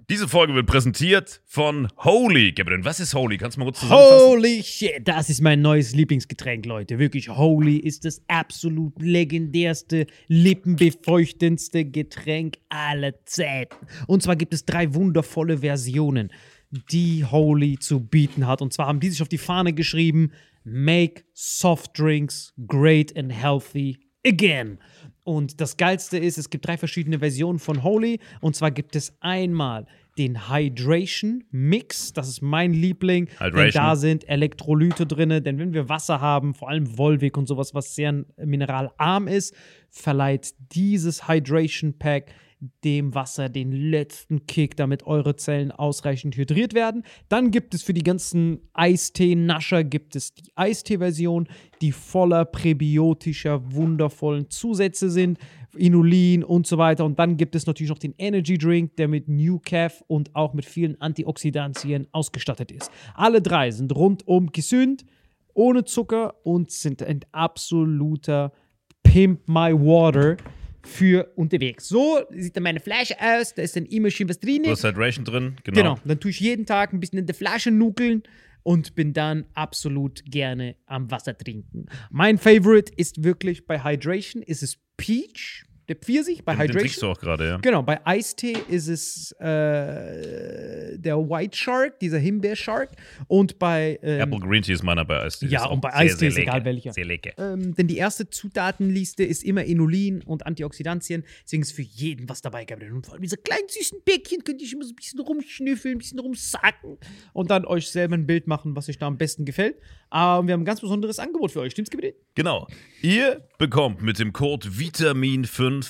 Diese Folge wird präsentiert von Holy. Gabriel, was ist Holy? Kannst du mal kurz zusammenfassen? Holy shit, das ist mein neues Lieblingsgetränk, Leute. Wirklich, Holy ist das absolut legendärste, lippenbefeuchtendste Getränk aller Zeiten. Und zwar gibt es 3 wundervolle Versionen, die Holy zu bieten hat. Und zwar haben die sich auf die Fahne geschrieben: Make soft drinks great and healthy again. Und das Geilste ist, es gibt 3 verschiedene Versionen von Holy. Und zwar gibt es einmal den Hydration Mix. Das ist mein Liebling. Denn da sind Elektrolyte drin. Denn wenn wir Wasser haben, vor allem Volvic und sowas, was sehr mineralarm ist, verleiht dieses Hydration Pack dem Wasser den letzten Kick, damit eure Zellen ausreichend hydriert werden. Dann gibt es für die ganzen Eistee-Nascher gibt es die Eistee-Version, die voller präbiotischer, wundervollen Zusätze sind, Inulin und so weiter. Und dann gibt es natürlich noch den Energy Drink, der mit New Caf und auch mit vielen Antioxidantien ausgestattet ist. Alle 3 sind rundum gesund, ohne Zucker und sind ein absoluter Pimp My Water für unterwegs. So sieht dann meine Flasche aus, da ist dann immer schön was drin. Du hast Hydration drin, Genau, dann tue ich jeden Tag ein bisschen in der Flasche nuckeln und bin dann absolut gerne am Wasser trinken. Mein Favorite ist wirklich bei Hydration, ist es Peach, der Pfirsich bei Hydration. Den trinkst du auch gerade, ja. Genau, bei Eistee ist es der White Shark, dieser Himbeer-Shark. Und bei Apple Green Tea ist meiner bei Eistee. Ja, und bei Eistee ist egal welcher. Sehr lecker. Denn die erste Zutatenliste ist immer Inulin und Antioxidantien. Deswegen ist für jeden was dabei, Gabriel. Und vor allem diese kleinen süßen Bäckchen könnt ihr immer so ein bisschen rumschnüffeln, ein bisschen rumsacken und dann euch selber ein Bild machen, was euch da am besten gefällt. Aber wir haben ein ganz besonderes Angebot für euch. Stimmt's, Gabriel? Genau. Ihr bekommt mit dem Code Vitamin5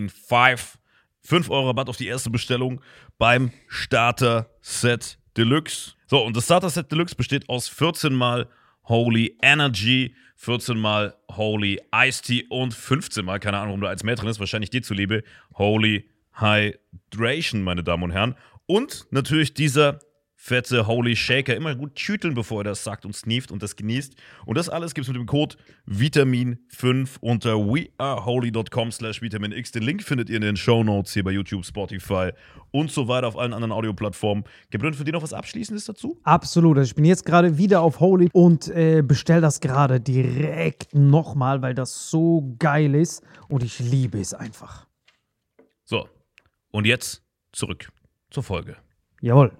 5 € Rabatt auf die erste Bestellung beim Starter Set Deluxe. So, und das Starter Set Deluxe besteht aus 14 mal Holy Energy, 14 mal Holy Iced Tea und 15 mal, keine Ahnung, warum da eins mehr drin ist, wahrscheinlich dir zuliebe, Holy Hydration, meine Damen und Herren. Und natürlich dieser fette Holy Shaker, immer gut schütteln, bevor er das sagt und sneeft und das genießt. Und das alles gibt es mit dem Code Vitamin5 unter weareholy.com/vitaminx. Den Link findet ihr in den Shownotes hier bei YouTube, Spotify und so weiter auf allen anderen Audioplattformen. Gabriel, für dich noch was Abschließendes dazu? Absolut. Also ich bin jetzt gerade wieder auf Holy und bestell das gerade direkt nochmal, weil das so geil ist und ich liebe es einfach. So, und jetzt zurück zur Folge. Jawohl.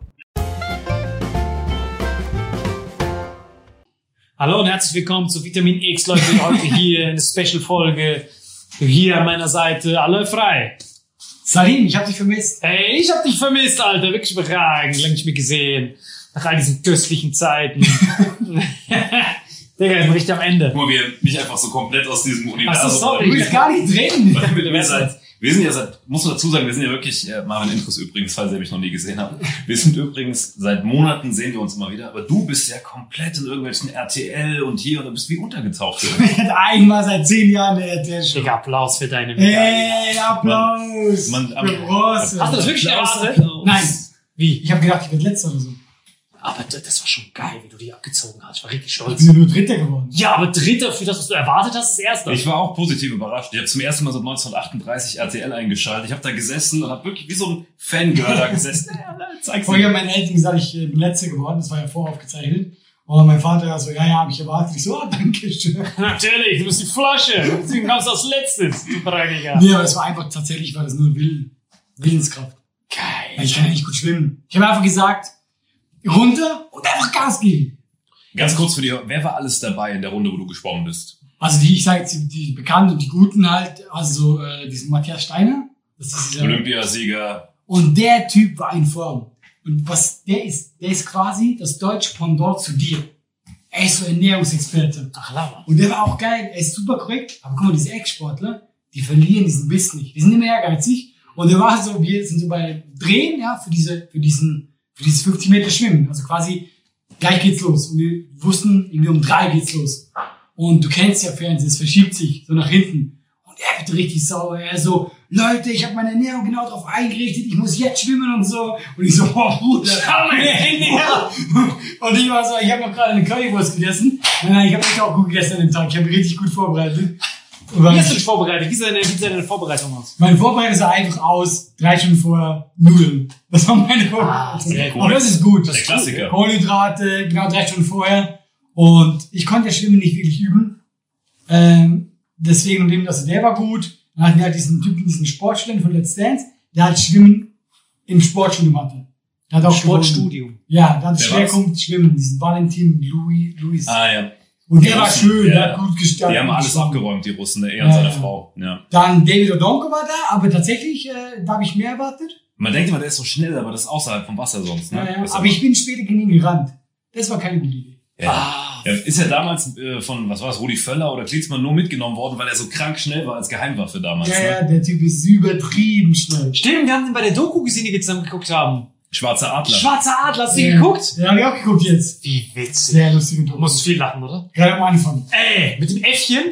Hallo und herzlich willkommen zu Vitamin X, Leute. Heute hier eine Special-Folge. Hier an meiner Seite, alle frei. Salim, ich hab dich vermisst. Hey, ich hab dich vermisst, Alter. Wirklich überragend. Lange nicht mehr gesehen. Nach all diesen köstlichen Zeiten. Digga, ich bin richtig am Ende. Guck mal, wie mich einfach so komplett aus diesem Universum... Ach so, sorry. Du bist gar nicht drin. Wir sind ja seit, muss man dazu sagen, wir sind ja wirklich, Marvin Intros übrigens, falls ihr mich noch nie gesehen habt. Wir sind übrigens, seit Monaten sehen wir uns immer wieder, aber du bist ja komplett in irgendwelchen RTL und hier und du bist wie untergetaucht. Einmal seit 10 Jahren der RTL-Show. Digga, Applaus für deine Medaille. Hey, Applaus. Hast Hast du das wirklich erwartet? Nein. Wie? Ich habe gedacht, ich werde Letzter oder so. Aber das war schon geil, wie du die abgezogen hast. Ich war richtig Ich stolz. bin ja nur Dritter geworden. Ja, aber Dritter für das, was du erwartet hast, ist Erster. Ich war auch positiv überrascht. Ich habe zum ersten Mal seit 1938 RTL eingeschaltet. Ich habe da gesessen und habe wirklich wie so ein Fangirl da gesessen. Vorher haben meine Eltern gesagt, ich bin Letzter geworden. Das war ja voraufgezeichnet. Und mein Vater war so, ja, habe ich erwartet. Ich so, danke schön. Natürlich, du bist die Flasche. Deswegen kommst du als Letztes, du Bragiger. Nee, aber es war einfach, tatsächlich war das nur Willenskraft. Geil. Ich kann ja nicht gut schwimmen. Ich habe einfach gesagt, runter und einfach Gas geben. Ganz kurz für dich, wer war alles dabei in der Runde, wo du geschwommen bist? Also ich sage jetzt die Bekannten und die Guten halt, also diesen Matthias Steiner. Das ist dieser Olympiasieger. Und der Typ war in Form. Und was der ist quasi das deutsche Pendant zu dir. Er ist so Ernährungsexperte. Ach, Lava. Und der war auch geil, er ist super korrekt. Aber guck mal, diese Ex-Sportler, die verlieren diesen Biss nicht. Die sind immer ehrgeizig. Und der war so, wir sind so bei Drehen, ja, für dieses 50 Meter Schwimmen. Also quasi, gleich geht's los. Und wir wussten, irgendwie um 3 geht's los. Und du kennst ja Fernsehen, es verschiebt sich so nach hinten. Und er wird richtig sauer. Er so, Leute, ich habe meine Ernährung genau darauf eingerichtet, ich muss jetzt schwimmen und so. Und ich so, oh Bruder, schau meine Ernährung. Und ich war so, ich habe noch gerade eine Currywurst gegessen. Nein, ich habe echt auch gut gegessen an dem Tag. Ich habe mich richtig gut vorbereitet. Wie hast du dich vorbereitet? Wie sah deine Vorbereitung aus? Meine Vorbereitung sah einfach aus, 3 Stunden vorher Nudeln. Das war meine Vorbereitung. sehr gut. Und das ist gut. Der Klassiker. Kohlenhydrate, genau 3 Stunden vorher. Und ich konnte ja Schwimmen nicht wirklich üben. Deswegen, der war gut. Dann hatten wir halt diesen Sportstudenten von Let's Dance, der hat Schwimmen im Sportstudium hatte. Der hat auch Sportstudium. Ja, da hat Der Schwerpunkt Schwimmen, diesen Valentin Louis. Ah, ja. Und der war Russen, schön, ja. der hat gut gestartet. Die haben alles abgeräumt, die Russen, er und Ja, seine ja. Frau. Ja. Dann David Odonko war da, aber tatsächlich, da habe ich mehr erwartet. Man denkt immer, der ist so schnell, aber das ist außerhalb vom Wasser sonst. Ne? Ja, ja. Das ist Aber ich bin später gegen ihn gerannt. Das war keine gute Idee. Ja. Er ist ja damals von, was war das, Rudi Völler oder Klinsmann nur mitgenommen worden, weil er so krank schnell war als Geheimwaffe damals. Ja, Ne? ja, der Typ ist übertrieben schnell. Stimmt, wir haben den bei der Doku gesehen, die wir zusammen geguckt haben. Schwarzer Adler. Schwarzer Adler, hast du den geguckt? Ja, hab ich auch geguckt jetzt. Wie witzig. Sehr lustige Du Doku. musst viel lachen, oder? Gerade am Anfang. Ey, mit dem Äffchen?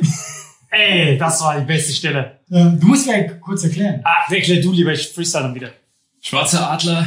Ey, das war die beste Stelle. Du musst vielleicht kurz erklären. Erklär du lieber, ich freestyle dann wieder. Schwarzer Adler.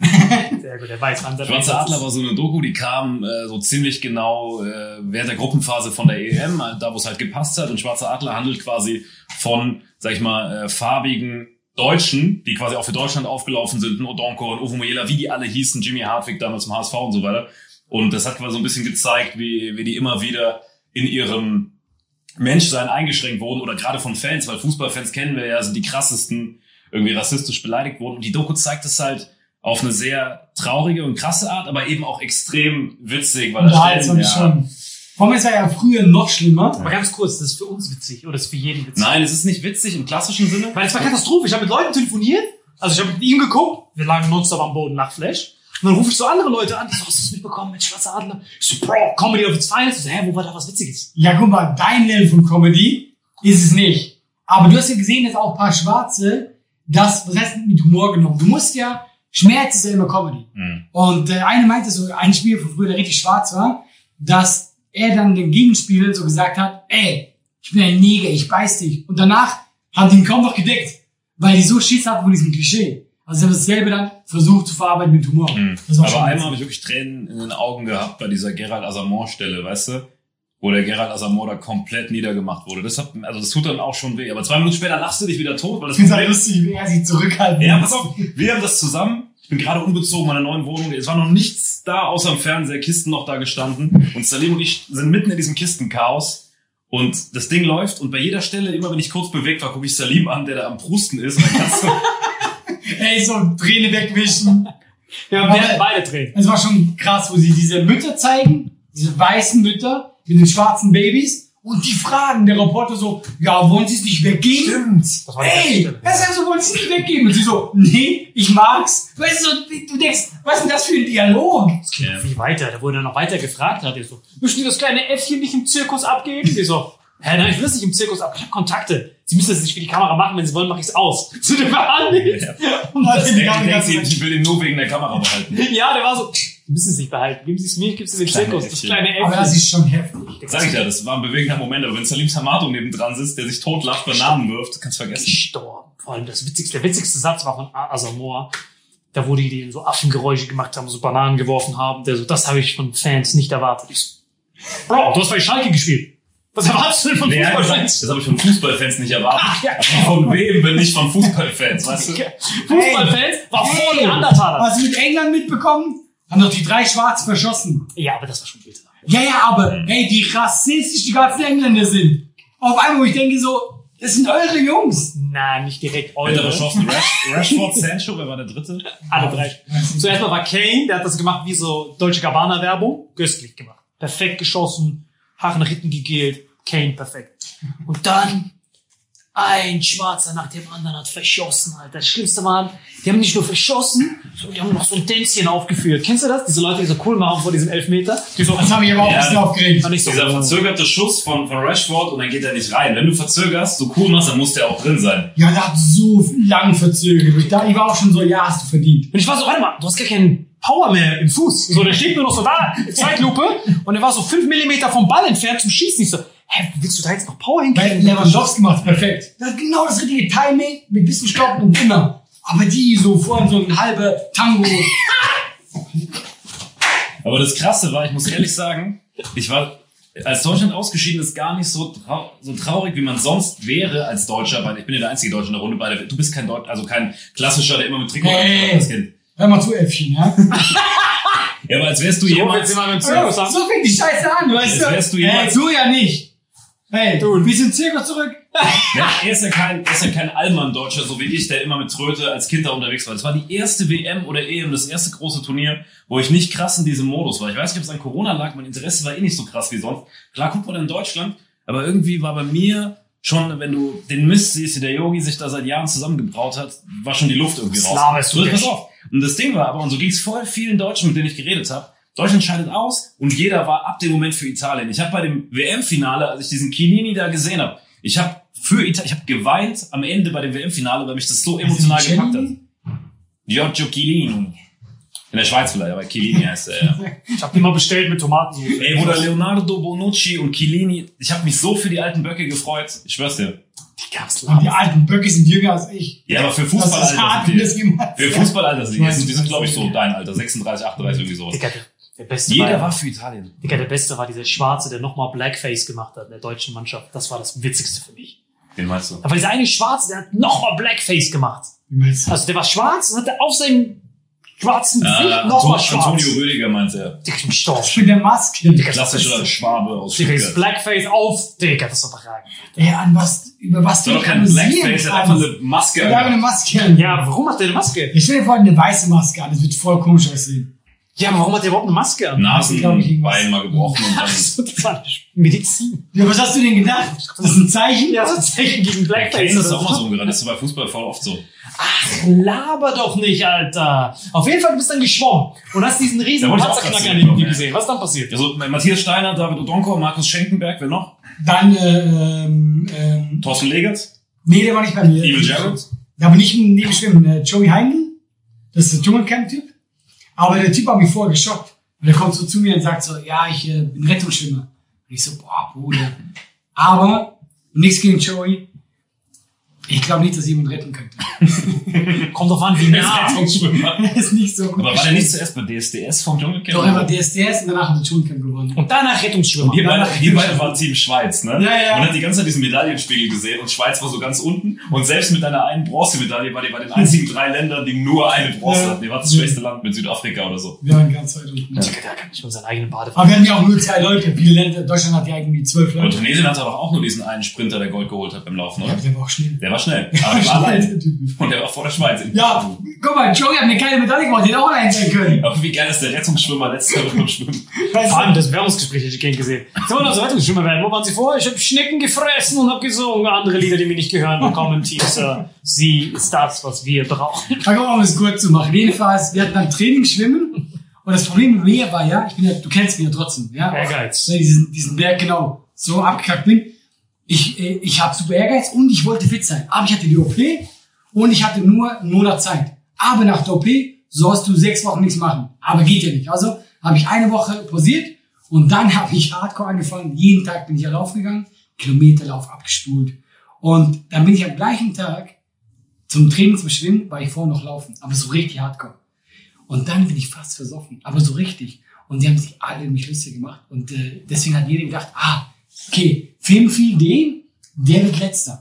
Sehr gut, der weiß, wann Schwarzer Adler war so eine Doku, die kam so ziemlich genau während der Gruppenphase von der EM, da wo es halt gepasst hat. Und Schwarzer Adler handelt quasi von, sag ich mal, farbigen Deutschen, die quasi auch für Deutschland aufgelaufen sind, Odonko und Uwe Mojela, wie die alle hießen, Jimmy Hartwig damals im HSV und so weiter. Und das hat quasi so ein bisschen gezeigt, wie die immer wieder in ihrem Menschsein eingeschränkt wurden oder gerade von Fans, weil Fußballfans kennen wir ja, sind die krassesten irgendwie rassistisch beleidigt wurden. Und die Doku zeigt es halt auf eine sehr traurige und krasse Art, aber eben auch extrem witzig, weil Da schon. Vor allem, es war ja früher noch schlimmer. Aber ganz kurz, das ist für uns witzig oder ist für jeden witzig? Nein, es ist nicht witzig im klassischen Sinne. Weil es war Katastrophe. Ich habe mit Leuten telefoniert. Also ich habe mit ihm geguckt. Wir lagen nonstop am Boden, Lachflash. Und dann rufe ich so andere Leute an. Die so, hast du das mitbekommen mit Schwarzer Adler? Ich so, Bro, Comedy auf its Finest. Ich so, wo war da was Witziges? Ja, guck mal, dein Level von Comedy ist es nicht. Aber du hast ja gesehen, dass auch ein paar Schwarze was heißt mit Humor genommen? Du musst ja, Schmerz ist ja immer Comedy. Mhm. Und eine meinte so, ein Spieler von früher, der richtig schwarz war, dass er dann den Gegenspielern so gesagt hat, ey, ich bin ein Neger, ich beiß dich. Und danach haben die ihn kaum noch gedeckt, weil die so Schiss hatten von diesem Klischee. Also sie haben dasselbe dann versucht zu verarbeiten mit Humor. Das war Aber schon einmal witzig. habe ich wirklich Tränen in den Augen gehabt bei dieser Gerald Asamoah-Stelle, weißt du? Wo der Gerald Asamoah da komplett niedergemacht wurde. Das tut dann auch schon weh. Aber 2 Minuten später lachst du dich wieder tot, weil das Ich finde es halt lustig, wie er sich zurückhalten Ja, muss. pass auf, wir haben das zusammen. Ich bin gerade umgezogen in meiner neuen Wohnung. Es war noch nichts da, außer im Fernseher, Kisten noch da gestanden. Und Salim und ich sind mitten in diesem Kistenchaos. Und das Ding läuft. Und bei jeder Stelle, immer wenn ich kurz bewegt war, gucke ich Salim an, der da am Prusten ist. Und dann kannst du Ey, so Träne wegwischen. Wir haben beide Tränen. Es war schon krass, wo sie diese Mütter zeigen, diese weißen Mütter mit den schwarzen Babys. Und die fragen der Reporter so, ja, wollen sie es nicht weggeben? Das war die Ey, beste er sagt so, wollen sie es nicht weggeben? Und sie so, nee, ich mag's. Weißt du, du denkst, was ist denn das für ein Dialog? Das geht noch viel weiter. Da wurde er noch weiter gefragt. Hat er so, möchten Sie das kleine Äffchen nicht im Zirkus abgeben? Die so, nein, ich will es nicht im Zirkus abgeben. Ich habe Kontakte. Sie müssen das nicht für die Kamera machen. Wenn Sie wollen, mache ich es aus. Zu dem verhandelt. Und dann das die Kamera denkst, gesagt, ich will den nur wegen der Kamera behalten. Ja, der war so, Sie müssen es nicht behalten. Geben Sie es mir, ich gebe es in den Kleine Zirkus. Das Äffchen. kleine aber das Äffchen. ist schon heftig. Sag ich ja, das war ein bewegender Moment. Aber wenn Salim Samato nebendran sitzt, der sich totlacht, Bananen wirft, kannst du vergessen. Gestorben. Vor allem der witzigste Satz war von Asamoah. Da wo die so Affengeräusche gemacht haben, so Bananen geworfen haben. Der so, das habe ich von Fans nicht erwartet. Ich so, Bro, du hast bei Schalke gespielt. Was erwartest du denn von Nee, Fußballfans? das habe ich von Fußballfans nicht erwartet. Ach, ja. Aber von wem, wenn nicht von Fußballfans, weißt du? Fußballfans war vor Neandertaler. Hast du mit England mitbekommen? Haben doch die 3 Schwarzen verschossen. Ja, aber das war schon bitter. Ja, aber, hey, wie rassistisch die ganzen Engländer sind. Auf einmal, wo ich denke so, das sind eure Jungs. Na, nicht direkt Wer hat eure. erschossen? Rashford, Sancho, wer war der dritte? Alle 3. Zuerst mal war Kane, der hat das gemacht wie so Deutsche Gabbana-Werbung. Köstlich gemacht. Perfekt geschossen, Haare nach hinten gegelt. Kane, perfekt. Und dann ein Schwarzer nach dem anderen hat verschossen, Alter. Das Schlimmste war, die haben nicht nur verschossen, sondern die haben noch so ein Tänzchen aufgeführt. Kennst du das? Diese Leute, die so cool machen vor diesem Elfmeter. Die so, Das habe ich aber auch ein bisschen aufgeregt. war nicht so Dieser verzögerte Schuss von Rashford und dann geht er nicht rein. Wenn du verzögerst, so cool machst, dann muss der auch drin sein. Ja, der hat so lang verzögert. Ich war auch schon so, ja, hast du verdient. Und ich war so, warte mal, du hast gar keinen Power mehr im Fuß. So, der steht nur noch so da, Zeitlupe. Und er war so 5 Millimeter vom Ball entfernt zum Schießen. Ich so, hä, willst du da jetzt noch Power Weil hinkriegen? Lewandowski macht perfekt. Das hat genau das richtige Timing, mit bisschen Stoppen und immer. Aber die so vorhin so ein halber Tango. Aber das Krasse war, ich muss ehrlich sagen, ich war als Deutschland ausgeschieden ist, gar nicht so traurig, wie man sonst wäre als Deutscher. Weil ich bin ja der einzige Deutsche in der Runde. Du bist kein also kein Klassischer, der immer mit Trikot das Kind. Hör mal zu, Äffchen, ja? Ja, aber als wärst du jemals... So fängt die Scheiße an, weißt du? Als wärst du jemals... Du ja nicht. Hey, du, wir sind Zirkus zurück. Ja, er ist ja kein Allmann-Deutscher, so wie ich, der immer mit Tröte als Kind da unterwegs war. Das war die erste WM oder EM, das erste große Turnier, wo ich nicht krass in diesem Modus war. Ich weiß nicht, ob es an Corona lag, mein Interesse war nicht so krass wie sonst. Klar, guck mal in Deutschland, aber irgendwie war bei mir schon, wenn du den Mist siehst, wie der Yogi sich da seit Jahren zusammengebraut hat, war schon die Luft irgendwie raus. So, pass auf. Und das Ding war aber, und so ging es voll vielen Deutschen, mit denen ich geredet habe, Deutschland scheidet aus und jeder war ab dem Moment für Italien. Ich habe bei dem WM-Finale, als ich diesen Chiellini da gesehen habe, ich habe geweint am Ende bei dem WM-Finale, weil mich das so emotional gepackt hat. Giorgio Chiellini. In der Schweiz vielleicht, aber Chiellini heißt er, ja. Ich hab den mal bestellt mit Tomatensauce. Ey, Bruder, Leonardo Bonucci und Chiellini, ich habe mich so für die alten Böcke gefreut. Ich schwör's dir. Und die alten Böcke sind jünger als ich. Ja, aber für Fußballalter die sind, glaube ich, so dein Alter, 36, 38, irgendwie sowas. Digga, der Beste Jeder war für Italien. Digga, der Beste war dieser Schwarze, der nochmal Blackface gemacht hat in der deutschen Mannschaft. Das war das Witzigste für mich. Wen meinst du? Aber dieser eine Schwarze, der hat nochmal Blackface gemacht. Wie meinst du? Also der war schwarz und hatte auf seinem schwarzen Gesicht nochmal schwarz. Antonio Rüdiger meint er. Digga, ich bin gestorben. Mit der Maske. Klassischer Schwabe aus Digga, ist Stuttgart. Blackface auf. Digga, das ist überragend. Ey, über was Das war doch kein Blackface, er hat einfach eine Maske. Ja, eine Maske an. Ja, aber warum hat der eine Maske? Ich stell dir vor, eine weiße Maske an. Das wird voll komisch aussehen. Ja, aber warum hat der überhaupt eine Maske an? Nasenbein mal gebrochen und dann... Das war Medizin. Ja, was hast du denn gedacht? Das ist ein Zeichen? Ja, so ein Zeichen gegen Kane Blackface. ist auch mal so umgerannt, das ist bei Fußball voll oft so. Ach, laber doch nicht, Alter. Auf jeden Fall, du bist dann geschwommen und hast diesen riesen Da wollte ich auch Panzerknacker grad neben dir sehen, gesehen. Was ist dann passiert? Also Matthias Steiner, David Odonko, Markus Schenkenberg, wer noch? Dann, Thorsten Legert? nee, der war nicht bei mir. Evil Jared? Aber nicht neben Schwimmen. Joey Heindl, das ist der Dschungelcamp-Typ. Aber der Typ hat mich vorher geschockt. Und der kommt so zu mir und sagt so, ja, ich bin Rettungsschwimmer. Und ich so, boah, Bruder. Aber, nichts gegen Joey. Ich glaube nicht, dass jemand retten könnte. Kommt drauf an, wie nah. Rettungsschwimmer. Er ist nicht so gut. Aber war der nicht zuerst bei DSDS vom Dschungelcamp? Doch, er war DSDS und danach hat er Dschungelcamp gewonnen. Und danach Rettungsschwimmer. Die beide waren Team Schweiz, ne? Ja, ja. Man hat die ganze Zeit diesen Medaillenspiegel gesehen und Schweiz war so ganz unten und selbst mit einer einen Bronzemedaille war die bei den einzigen 3 Ländern, die nur eine Bronze hatten. Die war das schwächste Land mit Südafrika oder so. Wir waren ganz weit unten. Digga, der kann nicht mal seinen eigenen Bade. Aber wir hatten ja auch nur 2 Leute. Viele Länder, Deutschland hat ja irgendwie 12 Aber Leute. Tunesien hatte doch auch nur diesen einen Sprinter, der Gold geholt hat beim Laufen, Ja, oder? der war auch schnell. Der war schnell, aber der war allein. Und der war vor der Schweiz. Ja, guck mal, Joey hat eine kleine Medaille gemacht, die hätte auch allein sein können. Aber wie geil ist der Rettungsschwimmer letztes Jahr beim Schwimmen? Weißt Vor allem du? das Bewerbungsgespräch hätte ich gern gesehen. Sollen wir noch so Rettungsschwimmer werden? Wo waren Sie vor? Ich habe Schnecken gefressen und habe gesungen. Andere Lieder, die mir nicht gehören, willkommen im Team, Sir. Sie ist das, was wir brauchen. Guck mal, um es kurz zu machen. Jedenfalls, wir hatten dann Training schwimmen. Und das Problem mit mir war ja, du kennst mich ja trotzdem, ja. Ehrgeiz. Diesen Berg genau so abgekackt bin. Ich habe super Ehrgeiz und ich wollte fit sein. Aber ich hatte die OP und ich hatte nur einen Monat Zeit. Aber nach der OP sollst du 6 Wochen nichts machen. Aber geht ja nicht. Also habe ich eine Woche pausiert und dann habe ich Hardcore angefangen. Jeden Tag bin ich ja laufen gegangen, Kilometerlauf abgespult. Und dann bin ich am gleichen Tag zum Training, zum Schwimmen, war ich vorher noch laufen. Aber so richtig Hardcore. Und dann bin ich fast versoffen. Aber so richtig. Und die haben sich alle in mich lustig gemacht. Und deswegen hat jeder gedacht, okay, film viel den, der wird Letzter.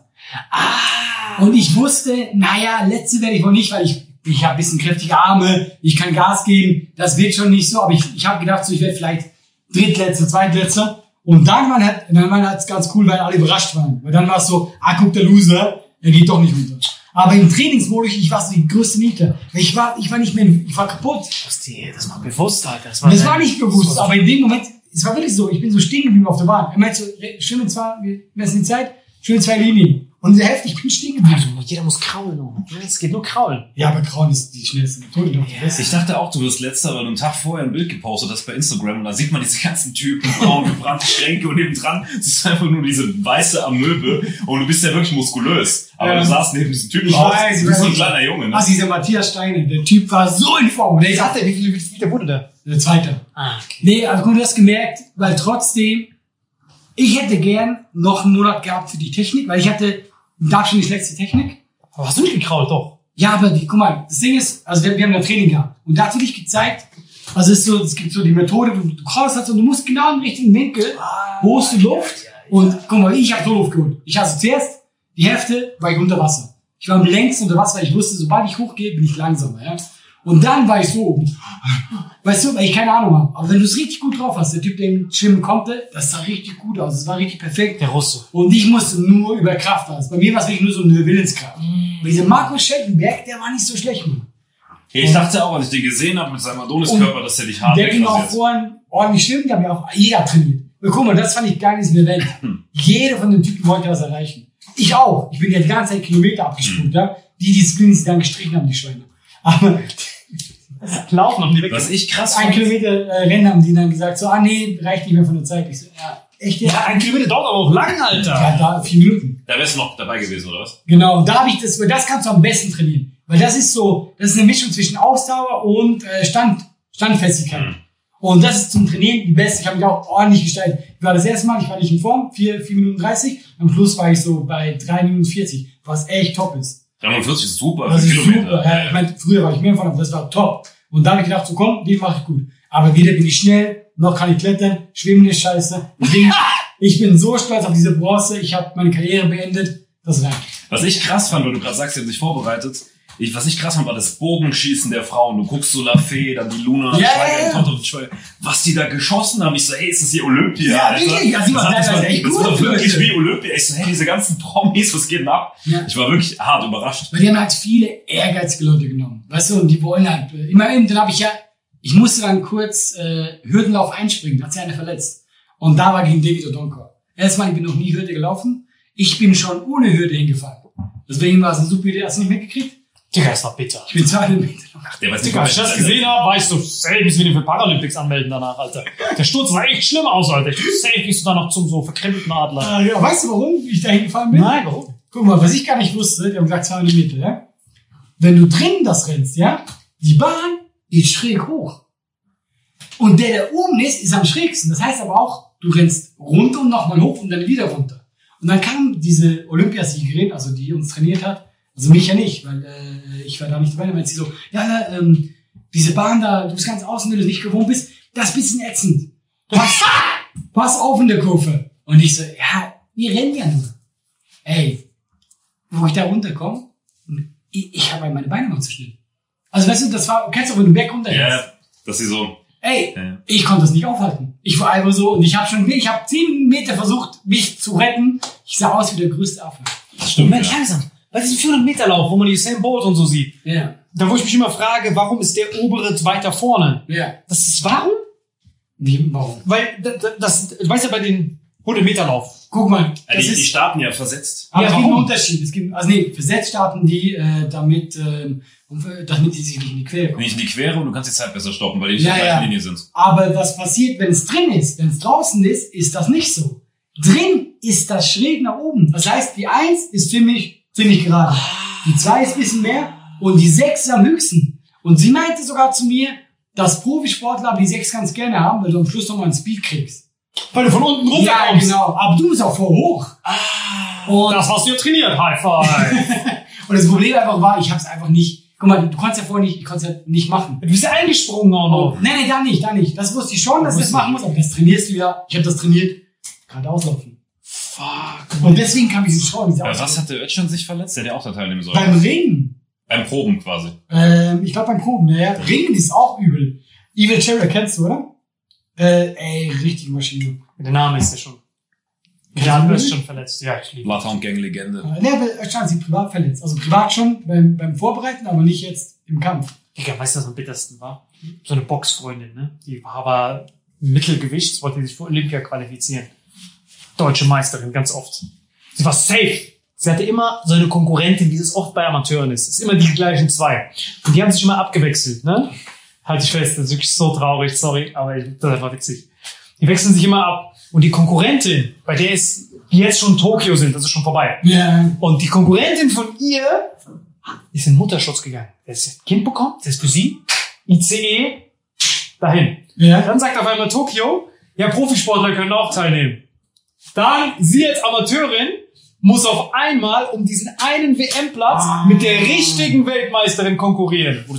Und ich wusste, naja, Letzte werde ich wohl nicht, weil ich habe ein bisschen kräftige Arme, ich kann Gas geben, das wird schon nicht so, aber ich habe gedacht, so ich werde vielleicht Drittletzter, Zweitletzter. Und dann war es ganz cool, weil alle überrascht waren. Weil dann war es so, guck, der Loser, er geht doch nicht runter. Aber im Trainingsmodus, ich war so die größte Niete. Ich war nicht mehr, ich war kaputt. Das war bewusst, Alter. Das war nicht bewusst, aber in dem Moment, es war wirklich so, ich bin so stehen geblieben auf der Bahn. Er meinte so, schwimmen zwar, wir messen die Zeit, schwimmen 2 Linien. Und in der Hälfte, ich bin stehen geblieben. Jeder muss kraulen. Es geht nur kraulen. Ja, aber Krauen ist die schnellste Methode. Ich dachte auch, du wirst Letzter, weil du einen Tag vorher ein Bild gepostet hast bei Instagram und da sieht man diese ganzen Typen, braun gebrannte Schränke und nebendran siehst du einfach nur diese weiße Amöbe und du bist ja wirklich muskulös. Aber du saßt neben diesen Typen aus, du bist so ein kleiner Junge, ne? Dieser Matthias Steiner, der Typ war so in Form. Wie viel wurde der? Der Zweite. Okay. Nee, also gut, du hast gemerkt, weil trotzdem, ich hätte gern noch einen Monat gehabt für die Technik, weil ich hatte da schon die schlechteste Technik. Aber hast du nicht gekrault, doch? Ja, aber guck mal, das Ding ist, also wir haben da Training gehabt. Und da hat sich gezeigt, Also es gibt so die Methode, du kraust halt so, du musst genau im richtigen Winkel, holst du Luft und guck mal, ich habe so Luft geholt. Ich hatte zuerst die Hälfte, war ich unter Wasser. Ich war am längsten unter Wasser, weil ich wusste, sobald ich hochgehe, bin ich langsamer. Ja? Und dann war ich so oben. Weißt du, weil ich keine Ahnung habe. Aber wenn du es richtig gut drauf hast, der Typ, der im Schwimmen konnte, das sah richtig gut aus. Es war richtig perfekt. Der Russe. Und ich musste nur über Kraft aus. Bei mir war es wirklich nur so eine Willenskraft. Und dieser Markus Schellenberg, der war nicht so schlecht, Mann. Ich dachte auch, als ich den gesehen habe mit seinem Adoniskörper, dass der dich hart Der ging auch wegrasiert. vorhin ordentlich schwimmen, der hat ja auch jeder trainiert. Und guck mal, das fand ich geil in diesem Event. Jeder von den Typen wollte was erreichen. Ich auch. Ich bin ja die ganze Zeit Kilometer abgesprungen, ja. Die Disziplinen, die sie dann gestrichen haben, die Schweine. Aber Laufen haben die weg. Was ich krass ein fand, Kilometer Rennen haben die dann gesagt, so, nee, reicht nicht mehr von der Zeit. Ich so, ja, echt jetzt? Ja, 1 Kilometer dauert aber auch lang, Alter. Ja, da 4 Minuten. da wärst du noch dabei gewesen, oder was? Genau, da habe ich das kannst du am besten trainieren. Weil das ist eine Mischung zwischen Ausdauer und Standfestigkeit. Und das ist zum Trainieren die beste. Ich habe mich auch ordentlich gestaltet. Ich war das erste Mal, ich war nicht in Form, 4 Minuten 30. Am Schluss war ich so bei 3 Minuten 40, was echt top ist. 43 ist super Das für ist Kilometer. super. Ja, ich meine, früher war ich mehr in Form, aber das war top. Und da habe ich gedacht, so komm, den mache ich gut. Aber weder bin ich schnell, noch kann ich klettern, schwimmen ist scheiße. Deswegen, ich bin so stolz auf diese Bronze. Ich habe meine Karriere beendet. Das reicht. Was ich krass fand, weil du gerade sagst, sie haben sich vorbereitet. Was ich krass fand, war das Bogenschießen der Frauen. Du guckst so La Fee, dann die Luna, Schweiger. Was die da geschossen haben. Ich so, hey, ist das hier Olympia? Ja, Alter? wirklich? Ja, sie war das teilweise echt das gut, war wirklich Leute. wie Olympia. Ich so, hey, diese ganzen Promis, was geht denn ab? Ja. Ich war wirklich hart überrascht. Weil die haben halt viele ehrgeizige Leute genommen. Weißt du, und die wollen halt, immerhin, dann habe ich musste dann kurz Hürdenlauf einspringen, hat sich einer verletzt. Und da war gegen David Odonkor. Erstmal, ich bin noch nie Hürde gelaufen. Ich bin schon ohne Hürde hingefallen. Deswegen war es eine super Idee. Hast du nicht mitgekriegt? Digga, das war bitter. Ich bin 200 Meter. Ach, der weiß nicht, Digga, als ich das gesehen habe, weißt du, safe müssen wir den für Paralympics anmelden danach, Alter. Der Sturz sah echt schlimm aus, Alter. Ich safe gehst du da noch zum so verkrempelten Adler. Ja, weißt du, warum ich da hingefallen bin? Nein, warum? Guck mal, was ich gar nicht wusste, die haben gesagt 200 Meter, ja? Wenn du drinnen das rennst, ja? Die Bahn geht schräg hoch. Und der oben ist am schrägsten. Das heißt aber auch, du rennst runter und nochmal hoch und dann wieder runter. Und dann kam diese Olympiasiegerin, also die uns trainiert hat, also mich ja nicht, weil ich war da nicht dabei, dann meinte sie so, ja, diese Bahn da, du bist ganz außen, wenn du es nicht gewohnt bist, das ist ein bisschen ätzend. Pass auf in der Kurve. Und ich so, ja, wir rennen ja nur. Ey, wo ich da runterkomme, ich habe meine Beine noch zu schnell. Also weißt du, das war, kennst du, wenn du berg runter Ja, dass sie so. Ey, Ja. ich konnte das nicht aufhalten. Ich war einfach so, und ich habe 10 Meter versucht, mich zu retten. Ich sah aus wie der größte Affe. Das stimmt. Moment, langsam. Bei diesem 400-Meter-Lauf, wo man die Usain Bolt und so sieht, Ja, da wo ich mich immer frage, warum ist der obere weiter vorne? ja. Das ist warum? Wie, warum? Weil, du weißt ja bei den 100-Meter-Lauf. Guck mal, das Die ist, starten ja versetzt. ja, es gibt einen warum? Unterschied. Es gibt, also nee, versetzt starten die, damit die sich nicht in die Quere kommen. Nicht in die Quere und du kannst die Zeit besser stoppen, weil die nicht Ja, in der gleichen ja. Linie sind. Aber was passiert, wenn es drin ist? Wenn es draußen ist das nicht so. Drin ist das schräg nach oben. Das heißt, die 1 ist ziemlich gerade. Die 2 ist ein bisschen mehr und die 6 ist am höchsten. Und sie meinte sogar zu mir, dass Profisportler die 6 ganz gerne haben, weil du am Schluss nochmal einen Speed kriegst. Weil du von unten runter Ja, kommst. genau. Aber du bist auch vor hoch. Und, Das hast du ja trainiert, High Five. und das Problem einfach war, ich habe es einfach nicht. Guck mal, du konntest ja vorher nicht, ich konnte es ja nicht machen. Du bist ja eingesprungen auch noch. Nee, da nicht. Das wusste ich schon, dass ich das machen muss, aber das trainierst du ja. Ich habe das trainiert. Gerade auslaufen. Fuck. Und deswegen kam dieses Schauen. Diese Was hatte Özcan sich verletzt? Der hat ja auch da teilnehmen sollen. Beim Ringen. Beim Proben quasi. Ich glaube beim Proben, ja. Ringen ist auch übel. Evil Cherry kennst du, oder? Richtig Maschine. Der Name ist ja schon. Ja, du bist schon verletzt. Ja, ich liebe. Bloodhound Gang Legende. Ne, aber Özcan hat sich privat verletzt. Also privat schon beim Vorbereiten, aber nicht jetzt im Kampf. Digga, weißt du, was am bittersten war? So eine Boxfreundin, ne? Die war aber Mittelgewicht, wollte sich für Olympia qualifizieren. Deutsche Meisterin, ganz oft. Sie war safe. Sie hatte immer so eine Konkurrentin, wie es oft bei Amateuren ist. Es ist immer die gleichen 2. Und die haben sich immer abgewechselt, ne? Halt ich fest, das ist wirklich so traurig, sorry, aber das war witzig. Die wechseln sich immer ab. Und die Konkurrentin, bei der ist, die jetzt schon in Tokio sind, das ist schon vorbei. Ja. Und die Konkurrentin von ihr ist in Mutterschutz gegangen. Der ist ein Kind bekommen, das ist für sie. ICE, dahin. Ja. Dann sagt auf einmal Tokio, ja, Profisportler können auch teilnehmen. Dann, sie als Amateurin muss auf einmal um diesen einen WM-Platz mit der richtigen Weltmeisterin konkurrieren. Wo du so,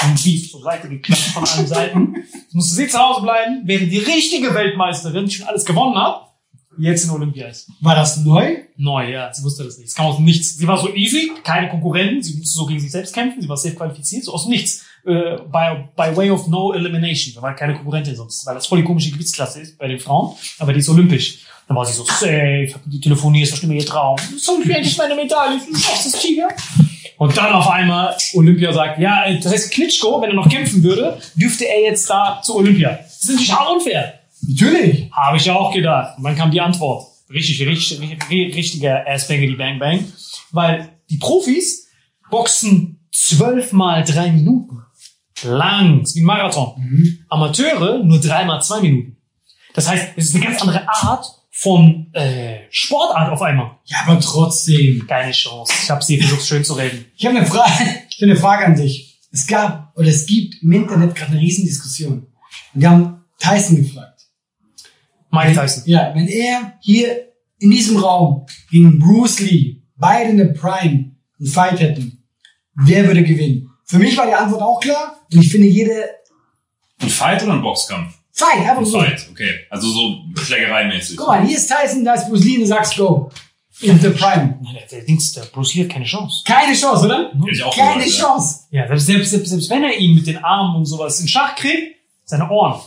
und Beef zur Seite geklappt von allen Seiten. Jetzt musste sie zu Hause bleiben, während die richtige Weltmeisterin, die schon alles gewonnen hat, jetzt in Olympia ist. War das neu? Neu, ja, sie wusste das nicht. Es kam aus dem Nichts. Sie war so easy, keine Konkurrentin, sie musste so gegen sich selbst kämpfen, sie war safe qualifiziert, so aus dem Nichts. By way of no elimination. Da war keine Konkurrentin sonst, weil das voll die komische Gewichtsklasse ist bei den Frauen, aber die ist olympisch. Dann war sie so safe, hab die telefoniert, ist bestimmt ihr Traum. Soll ich endlich meine Medaille? Du schaffst das, Tiger. Und dann auf einmal Olympia sagt, ja, das heißt Klitschko, wenn er noch kämpfen würde, dürfte er jetzt da zu Olympia. Das ist natürlich hart unfair. Natürlich. Habe ich ja auch gedacht. Und dann kam die Antwort. Richtiger Ass-Bangity Bang Bang. Weil die Profis boxen 12 mal 3 Minuten. Lang. Das ist wie ein Marathon. Amateure nur 3 mal 2 Minuten. Das heißt, es ist eine ganz andere Art von Sportart auf einmal. Ja, aber trotzdem. Keine Chance. Ich habe sie versucht schön zu reden. Ich habe eine Frage an dich. Es gibt im Internet gerade eine Riesendiskussion. Und die haben Tyson gefragt. Mike Tyson. Ja, wenn er hier in diesem Raum gegen Bruce Lee, beide in der Prime, einen Fight hätten, wer würde gewinnen? Für mich war die Antwort auch klar. Und ich finde Ein Fight oder ein Boxkampf? Fight, einfach Ein so. Fight, okay. Also so Schlägereimäßig. Guck mal, hier ist Tyson, da ist Bruce Lee und du sagst go. In der Prime. Der Bruce Lee hat keine Chance. Keine Chance, oder? Hätte ich auch Keine gesagt, ja. Chance. Ja, selbst wenn er ihn mit den Armen und sowas in Schach kriegt, seine Ohren.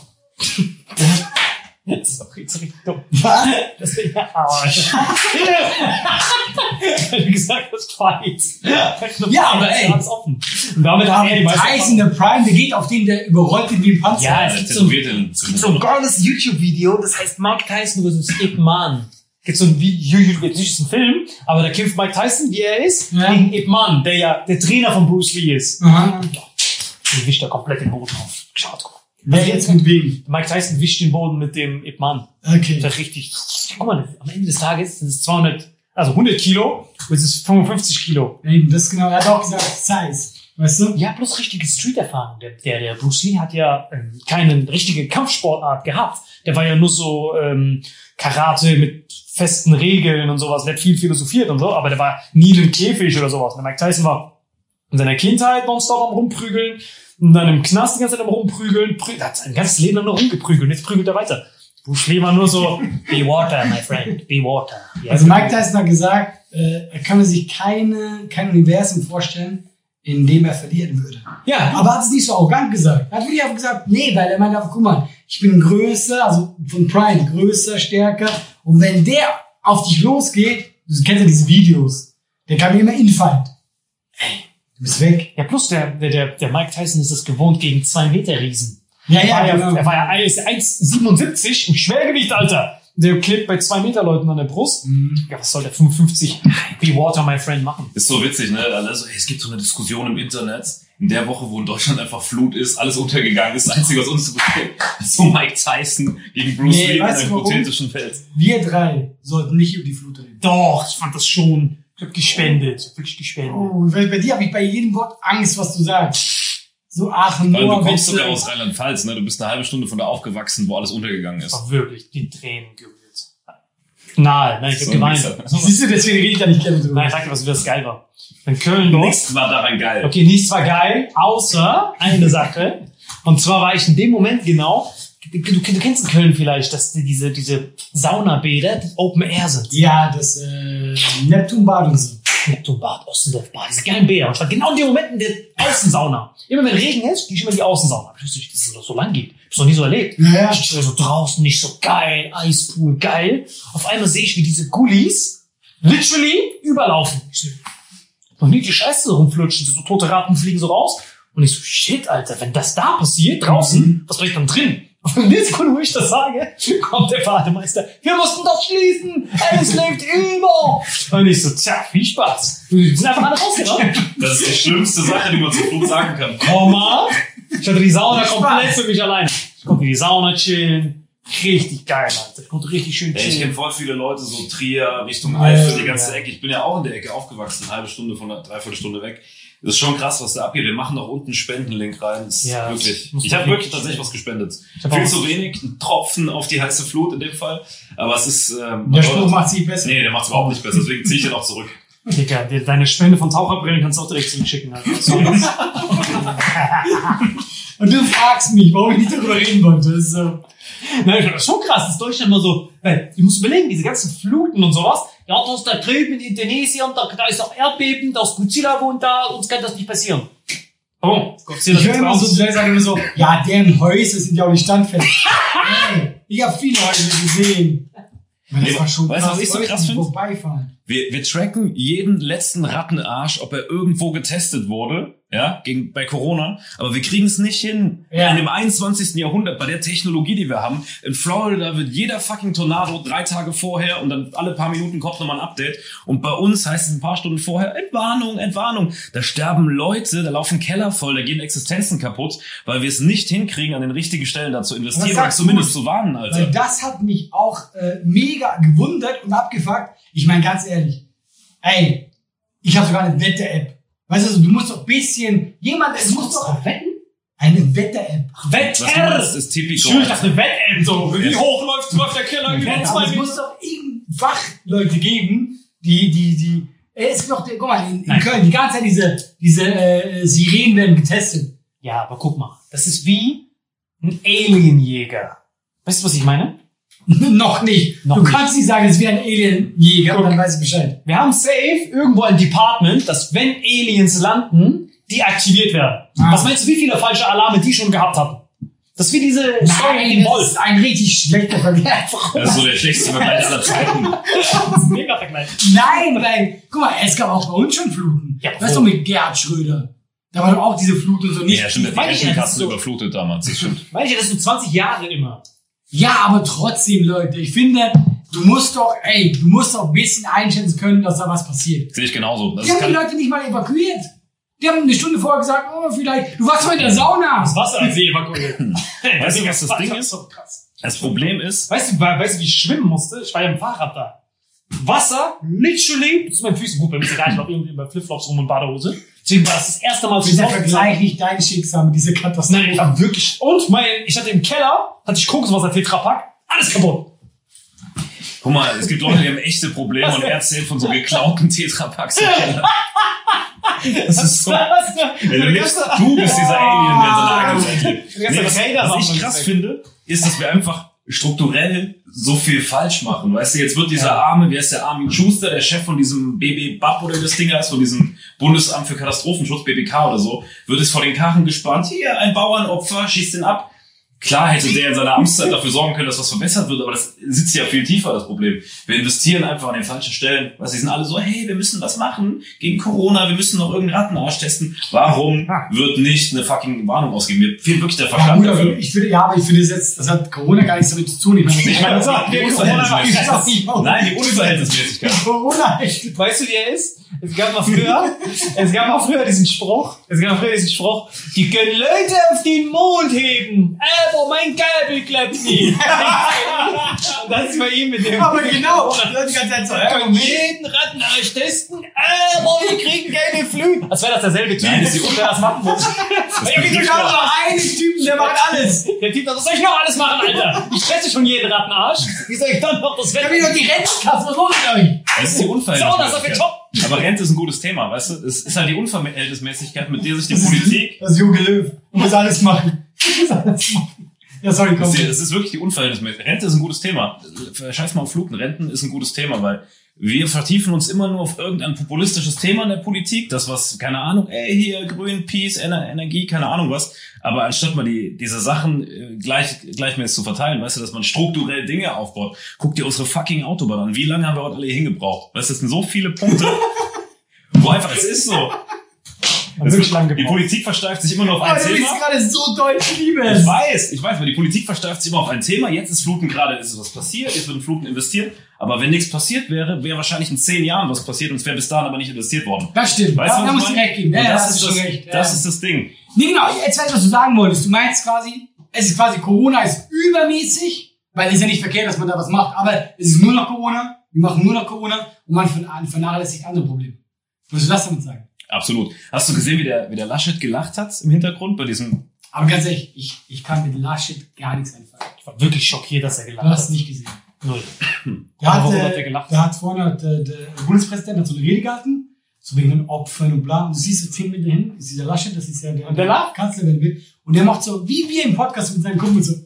Das ist doch richtig dumm. Was? Das ist ja Arsch. Wie gesagt, das Fight. Ja, aber ey. Alles offen. Und damit haben wir die meisten. Tyson, der Prime, der geht auf den, der überrollt ihn wie ein Panzer. Ja, Der es gibt so ein tätowiert geiles YouTube-Video, das heißt Mike Tyson vs. Ip Man. Gibt so ein Video, jetzt nicht ist ein Film, aber da kämpft Mike Tyson, wie er ist, Ja. gegen Ip Man, der ja der Trainer von Bruce Lee ist. Aha. Den wischt er komplett den Boden auf. Schaut, guck mal. Wer jetzt mit wem? Mike Tyson wischt den Boden mit dem Ip Man. Okay. Das ist richtig. Guck mal, am Ende des Tages sind es 100 Kilo, und es ist 55 Kilo. Eben, das genau, er hat auch gesagt, Size. Weißt du? Ja, bloß richtige Street-Erfahrung. Der Bruce Lee hat ja keine richtige Kampfsportart gehabt. Der war ja nur so Karate mit festen Regeln und sowas. Der hat viel philosophiert und so, aber der war nie in einem Käfig oder sowas. Der Mike Tyson war in seiner Kindheit nonstop am Rumprügeln und dann im Knast die ganze Zeit am Rumprügeln. Er hat sein ganzes Leben lang nur rumgeprügelt und jetzt prügelt er weiter. Bruce Lee war nur so, be water, my friend, be water. Ja, Also Mike Tyson hat gesagt, er kann sich kein Universum vorstellen, in dem er verlieren würde. ja, Aber er hat es nicht so arrogant gesagt. Er hat wirklich einfach gesagt, nee, weil er meinte einfach, guck mal, ich bin größer, also von Prime, größer, stärker. Und wenn der auf dich losgeht, du kennst ja diese Videos, der kann mir immer infight. Ey, du bist weg. ja, plus der Mike Tyson ist es gewohnt gegen 2 Meter Riesen. Ja, Er war ja 1,77 im Schwergewicht, Alter. Der klebt bei 2 Meter Leuten an der Brust. Ja, was soll der 55 Be Water, my friend, machen? Ist so witzig, ne? Also, es gibt so eine Diskussion im Internet. In der Woche, wo in Deutschland einfach Flut ist, alles untergegangen ist, das Einzige, was uns zu bestehen, ist so Mike Tyson gegen Bruce Lee in weißt du einem warum? hypothetischen Feld. Wir drei sollten nicht über die Flut reden. Doch, ich fand das schon. Ich hab gespendet. Wirklich gespendet. Oh, weil bei dir habe ich bei jedem Wort Angst, was du sagst. So Aachen, Weil du kommst Wechsel. sogar aus Rheinland-Pfalz, ne? Du bist eine halbe Stunde von da aufgewachsen, wo alles untergegangen ist. War wirklich die Tränen gerührt. Nein, ich hab So ein geweint. Mixer. Siehst du, deswegen rede ich da nicht gerne drüber. Nein, ich sag dir, was das geil war. In Köln dort. Nichts war daran geil. Okay, nichts war geil, außer eine Sache. Und zwar war ich in dem Moment genau, du kennst in Köln vielleicht, dass diese Saunabäder, die Open Air sind. Ja, das Neptunbad und so. Neptunbad, Ossendorfbad, diese geilen Bäder. Und ich war genau in dem Moment in der Außensauna. Immer wenn Regen ist, gehe ich immer in die Außensauna. Ich wusste nicht, dass es noch so lang geht. Ich hab's noch nie so erlebt. Ja. Ich stehe so draußen, nicht so geil, Eispool, geil. Auf einmal sehe ich, wie diese Gullis literally überlaufen. Ich so, noch nie die Scheiße rumflutschen, so tote Ratten fliegen so raus. Und ich so, shit, Alter, wenn das da passiert, draußen, was bleibt dann drin? Und in der Sekunde, wo ich das sage, kommt der Bademeister, wir mussten das schließen, es lebt über. Und ich so, tja, viel Spaß. Wir sind einfach alle rausgerannt. Das ist die schlimmste Sache, die man zu Flut sagen kann. Komma. Ich hatte die Sauna komplett für mich alleine. Ich konnte in die Sauna chillen. Richtig geil, Alter. Ich konnte richtig schön Ey, ich kenne chillen. voll viele Leute, so Trier, Richtung Eifel, die ganze ja. Ecke. Ich bin ja auch in der Ecke aufgewachsen, eine halbe Stunde von einer Dreiviertelstunde weg. Das ist schon krass, was da abgeht. Wir machen auch unten einen Spendenlink rein. Das ist Ja, wirklich. muss Ich man habe wirklich wirklich tatsächlich was gespendet. Ich hab Viel auch- zu wenig, ein Tropfen auf die heiße Flut in dem Fall. Aber es ist. Der Spruch macht sich besser. Nee, der macht's überhaupt nicht besser. Deswegen ziehe ich den auch zurück. Digga, deine Spende von Taucherbrillen kannst du auch direkt zurückschicken. Also. Und du fragst mich, warum ich nicht darüber reden wollte. Das ist so. Nein, ich fand das schon krass, dass Deutschland immer so, weil, du musst überlegen, diese ganzen Fluten und sowas, ja, da ist da drüben in Indonesien, da ist auch Erdbeben, da ist Godzilla wohnt da, uns kann das nicht passieren. Oh, Godzilla. Ich höre immer so, die Leute sagen immer so, ja, deren Häuser sind ja auch nicht standfest. Hey, ich habe viele Häuser gesehen. Das war schon weißt du, was ich so Leute, krass die finde? vorbeifahren. Wir tracken jeden letzten Rattenarsch, ob er irgendwo getestet wurde, ja, bei Corona, aber wir kriegen es nicht hin. Ja. In dem 21. Jahrhundert, bei der Technologie, die wir haben, in Florida wird jeder fucking Tornado 3 Tage vorher und dann alle paar Minuten kommt nochmal ein Update. Und bei uns heißt es ein paar Stunden vorher, Entwarnung, Entwarnung. Da sterben Leute, da laufen Keller voll, da gehen Existenzen kaputt, weil wir es nicht hinkriegen, an den richtigen Stellen da zu investieren oder sagst du zumindest gut, zu warnen, Alter. Weil das hat mich auch mega gewundert und abgefuckt. Ich meine, ganz ehrlich, ey, ich habe sogar eine Wetter-App. Weißt du, also, du musst doch ein bisschen, es muss doch wetten? eine Wetter-App. Was du meinst, ist typisch. Schön, dass eine Wett-App so, wie hoch läuft der Keller über Aber 2 es Meter? muss doch irgendein Fachleute geben, die es gibt doch, guck mal, in Köln, die ganze Zeit diese Sirenen werden getestet. Ja, aber guck mal, das ist wie ein Alienjäger. Weißt du, was ich meine? Noch nicht. Noch Du nicht. kannst nicht sagen, es wäre ein Alienjäger und dann weiß ich Bescheid. Wir haben safe irgendwo ein Department, dass wenn Aliens landen, die aktiviert werden. Ah. Was meinst du, wie viele falsche Alarme die schon gehabt hatten? Das ist wie diese Story mit Nein, dem das Wolf. ist ein richtig schlechter Vergleich. Das ist so der schlechteste Vergleich aller Zeiten. Das ist ein mega Vergleich. Nein, weil, guck mal, es gab auch bei uns schon Fluten. Ja, weißt du, mit Gerhard Schröder. Da war doch auch diese Flut und so nicht. Ja, stimmt, der Weil hat ich die das Kasten so- überflutet damals, das stimmt. Weiß ich, das ist so 20 Jahre immer. Ja, aber trotzdem, Leute, ich finde, du musst doch ein bisschen einschätzen können, dass da was passiert. Sehe ich genauso. Das Die haben die kann, Leute nicht mal evakuiert. Die haben eine Stunde vorher gesagt, oh, vielleicht, du warst mal in der Sauna. Das Wasser hat sie evakuiert. Weißt du, was das Ding ist? So krass. das Problem ist, Weißt du, wie ich schwimmen musste? Ich war ja im Fahrrad da. Wasser, literally, zu meinen Füßen. Gut, bei mir ist egal, ich laufe irgendwie bei Flipflops rum und Badehose. Deswegen war das erste Mal, Dieser Vergleich nicht dein Schicksal mit dieser Katastrophe. Nein, ich hab wirklich, ich hatte im Keller, hatte ich Kokoswasser Tetrapack, alles kaputt. guck mal, es gibt Leute, die haben echte Probleme und er erzählt von so geklauten Tetrapacks im Keller. Das ist so. Du bist dieser Alien, der in seiner eigenen Welt lebt. Nee, was ich krass finde, ist, dass wir einfach strukturell so viel falsch machen. Weißt du, jetzt wird dieser wie heißt der Armin Schuster, der Chef von diesem BB-BAP oder wie das Ding heißt, von diesem Bundesamt für Katastrophenschutz, BBK oder so, wird es vor den Karren gespannt. Hier, ein Bauernopfer, schießt den ab. Klar hätte der in seiner Amtszeit dafür sorgen können, dass was verbessert wird, aber das sitzt ja viel tiefer, das Problem. Wir investieren einfach an den falschen Stellen. Was, die sind alle so, hey, wir müssen was machen gegen Corona, wir müssen noch irgendeinen Rattenarsch testen. Warum wird nicht eine fucking Warnung ausgegeben? Mir fehlt wirklich der Ja, Verstand gut, aber dafür. ich finde das jetzt, das hat Corona gar nichts damit zu tun. Ich meine, das hat Unverhältnismäßigkeit. Nein, die Unverhältnismäßigkeit. Corona echt. Weißt du, wie er ist? Es gab mal früher diesen Spruch, die können Leute auf den Mond heben, aber mein Kabel klappt nicht. Und das ist bei ihm mit dem... Aber genau, das ist die ganze Zeit so. Wir können jeden Rattenarsch testen, aber wir kriegen keine Flüge. Als wäre das derselbe Typ, Nein, das ist der das machen muss. Ja, wieso kann man doch einen Typen, der macht alles? Der Typ, das soll ich noch alles machen, Alter? Ich teste schon jeden Rattenarsch. Wie soll ich dann noch das Ja, Wetter... wie doch die Rentenkasse, was los mit euch? Das ist die So, das ist doch Unverhältnismäßigkeit. top. Aber Rente ist ein gutes Thema, weißt du? Es ist halt die Unverhältnismäßigkeit, mit der sich die Politik... Das ist Jogi Löw. Du musst alles machen. Ja, sorry, komm. Es ist wirklich die Unverhältnismäßigkeit. Rente ist ein gutes Thema. Scheiß mal auf Fluten. Renten ist ein gutes Thema, weil wir vertiefen uns immer nur auf irgendein populistisches Thema in der Politik. Das was, keine Ahnung, hier Greenpeace, Energie, keine Ahnung was. Aber anstatt mal diese Sachen gleichmäßig zu verteilen, weißt du, dass man strukturell Dinge aufbaut. Guck dir unsere fucking Autobahn an. Wie lange haben wir heute alle hier hingebraucht? Weißt du, das sind so viele Punkte, wo einfach, es ist so. Die Politik versteift sich immer nur auf ein Oh, du bist Thema. gerade so deutsch, ich liebe Ich es. weiß, weil die Politik versteift sich immer auf ein Thema. Jetzt ist Fluten gerade, ist was passiert, jetzt wird in Fluten investiert. Aber wenn nichts passiert wäre wahrscheinlich in 10 Jahren was passiert und es wäre bis dahin aber nicht investiert worden. Das stimmt. Weißt du, Da was musst ich du meine? recht geben. Und Ja, das hast ist du schon das, recht. das ist das Ding. Nee, genau. Jetzt weißt du, was du sagen wolltest. Du meinst quasi, es ist quasi Corona ist übermäßig, weil es ist ja nicht verkehrt, dass man da was macht, aber es ist nur noch Corona. Wir machen nur noch Corona und man vernachlässigt andere Probleme. Würdest du das damit sagen? Absolut. Hast du gesehen, wie der Laschet gelacht hat im Hintergrund bei diesem... Aber ganz ehrlich, ich kann mit Laschet gar nichts anfangen. Ich war wirklich schockiert, dass er Du gelacht hat. hast es nicht gesehen. Null. Da Warum hat der gelacht? hat vorne der Bundespräsident hat so eine Rede gehalten, so wegen den Opfern und bla. Und du siehst so 10 Meter hin, ist dieser Laschet, das ist ja Und der lacht? Kanzler werden will. Und der macht so, wie wir im Podcast mit seinen Kumpels so.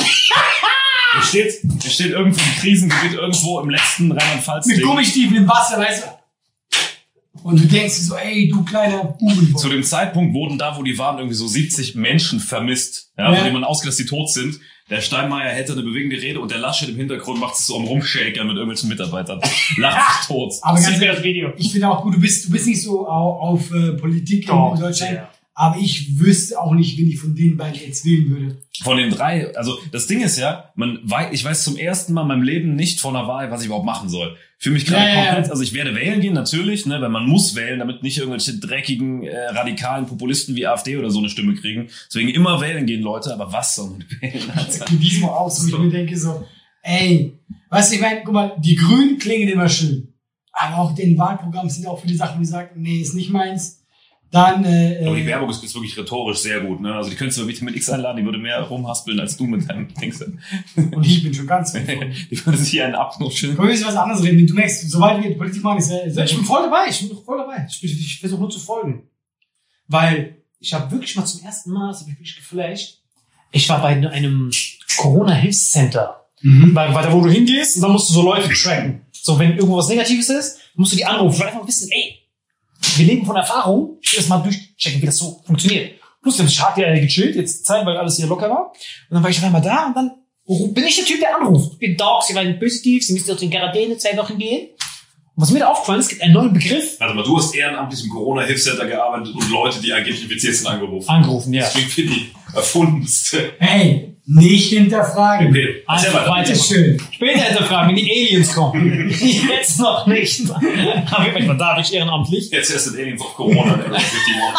Er steht irgendwo im Krisengebiet, irgendwo im letzten Mit Rheinland-Pfalz-Ding. Gummistiefeln im Wasser, weißt du? Und du denkst dir so, ey, du kleiner Buben. Zu dem Zeitpunkt wurden da, wo die waren, irgendwie so 70 Menschen vermisst, ja, Ja. von denen man ausgeht, dass die tot sind. Der Steinmeier hätte eine bewegende Rede und der Laschet im Hintergrund macht sich so am Rumshaker mit irgendwelchen Mitarbeitern. Lacht sich tot. Aber ganz Sieht mir ehrlich, das Video. ich finde auch gut, du bist nicht so auf Politik Doch, in Deutschland. sehr. Aber ich wüsste auch nicht, wen ich von den beiden jetzt wählen würde. Von den drei, also das Ding ist ja, ich weiß zum ersten Mal in meinem Leben nicht vor einer Wahl, was ich überhaupt machen soll. Für mich gerade Ja. komplett, also ich werde wählen gehen, natürlich, ne, weil man muss wählen, damit nicht irgendwelche dreckigen, radikalen Populisten wie AfD oder so eine Stimme kriegen. Deswegen immer wählen gehen, Leute, aber was soll man wählen, Alter? In diesem auch so, ich mir denke so, ey, weißt du, ich meine, guck mal, die Grünen klingen immer schön. Aber auch in den Wahlprogrammen sind auch viele Sachen, die sagen, nee, ist nicht meins. Dann, Aber die Werbung ist wirklich rhetorisch sehr gut, ne? Also die könntest du mit Vitamin X einladen, die würde mehr rumhaspeln als du mit deinem Dings. und ich bin schon ganz weit vorne. Die würde sich hier einen abknutschen. Können wir jetzt was anderes reden? Du merkst, sobald wir Politik machen, ist sehr Ich bin voll dabei, ich versuche nur zu folgen. Weil ich habe wirklich mal zum ersten Mal, das habe ich wirklich geflasht, ich war bei einem Corona-Hilfscenter. Weil da, wo du hingehst, und dann musst du so Leute tracken. So, wenn irgendwo was Negatives ist, musst du die anrufen. Einfach wissen, ey, wir leben von Erfahrung. Ich will das mal durchchecken, wie das so funktioniert. Plus, ich hatte ja gechillt, jetzt Zeit, weil alles hier locker war. Und dann war ich auf einmal da und dann bin ich der Typ, der anruft. Ich bin da, Sie waren positiv, Sie müssen jetzt in Quarantäne 2 Wochen gehen. Und was mir da aufgefallen ist, es gibt einen neuen Begriff. Warte mal, du hast ehrenamtlich im Corona-Hilfscenter gearbeitet und Leute, die angeblich infiziert sind, angerufen. Angerufen, ja. Das klingt wie die erfundenste. Hey, nicht hinterfragen. Okay, erzähl Einfach weiter. Das ist schön. Später hinterfragen, wenn die Aliens kommen. Jetzt noch nicht. Aber ich war da durch ehrenamtlich. Jetzt erst sind Aliens auf Corona. Der Area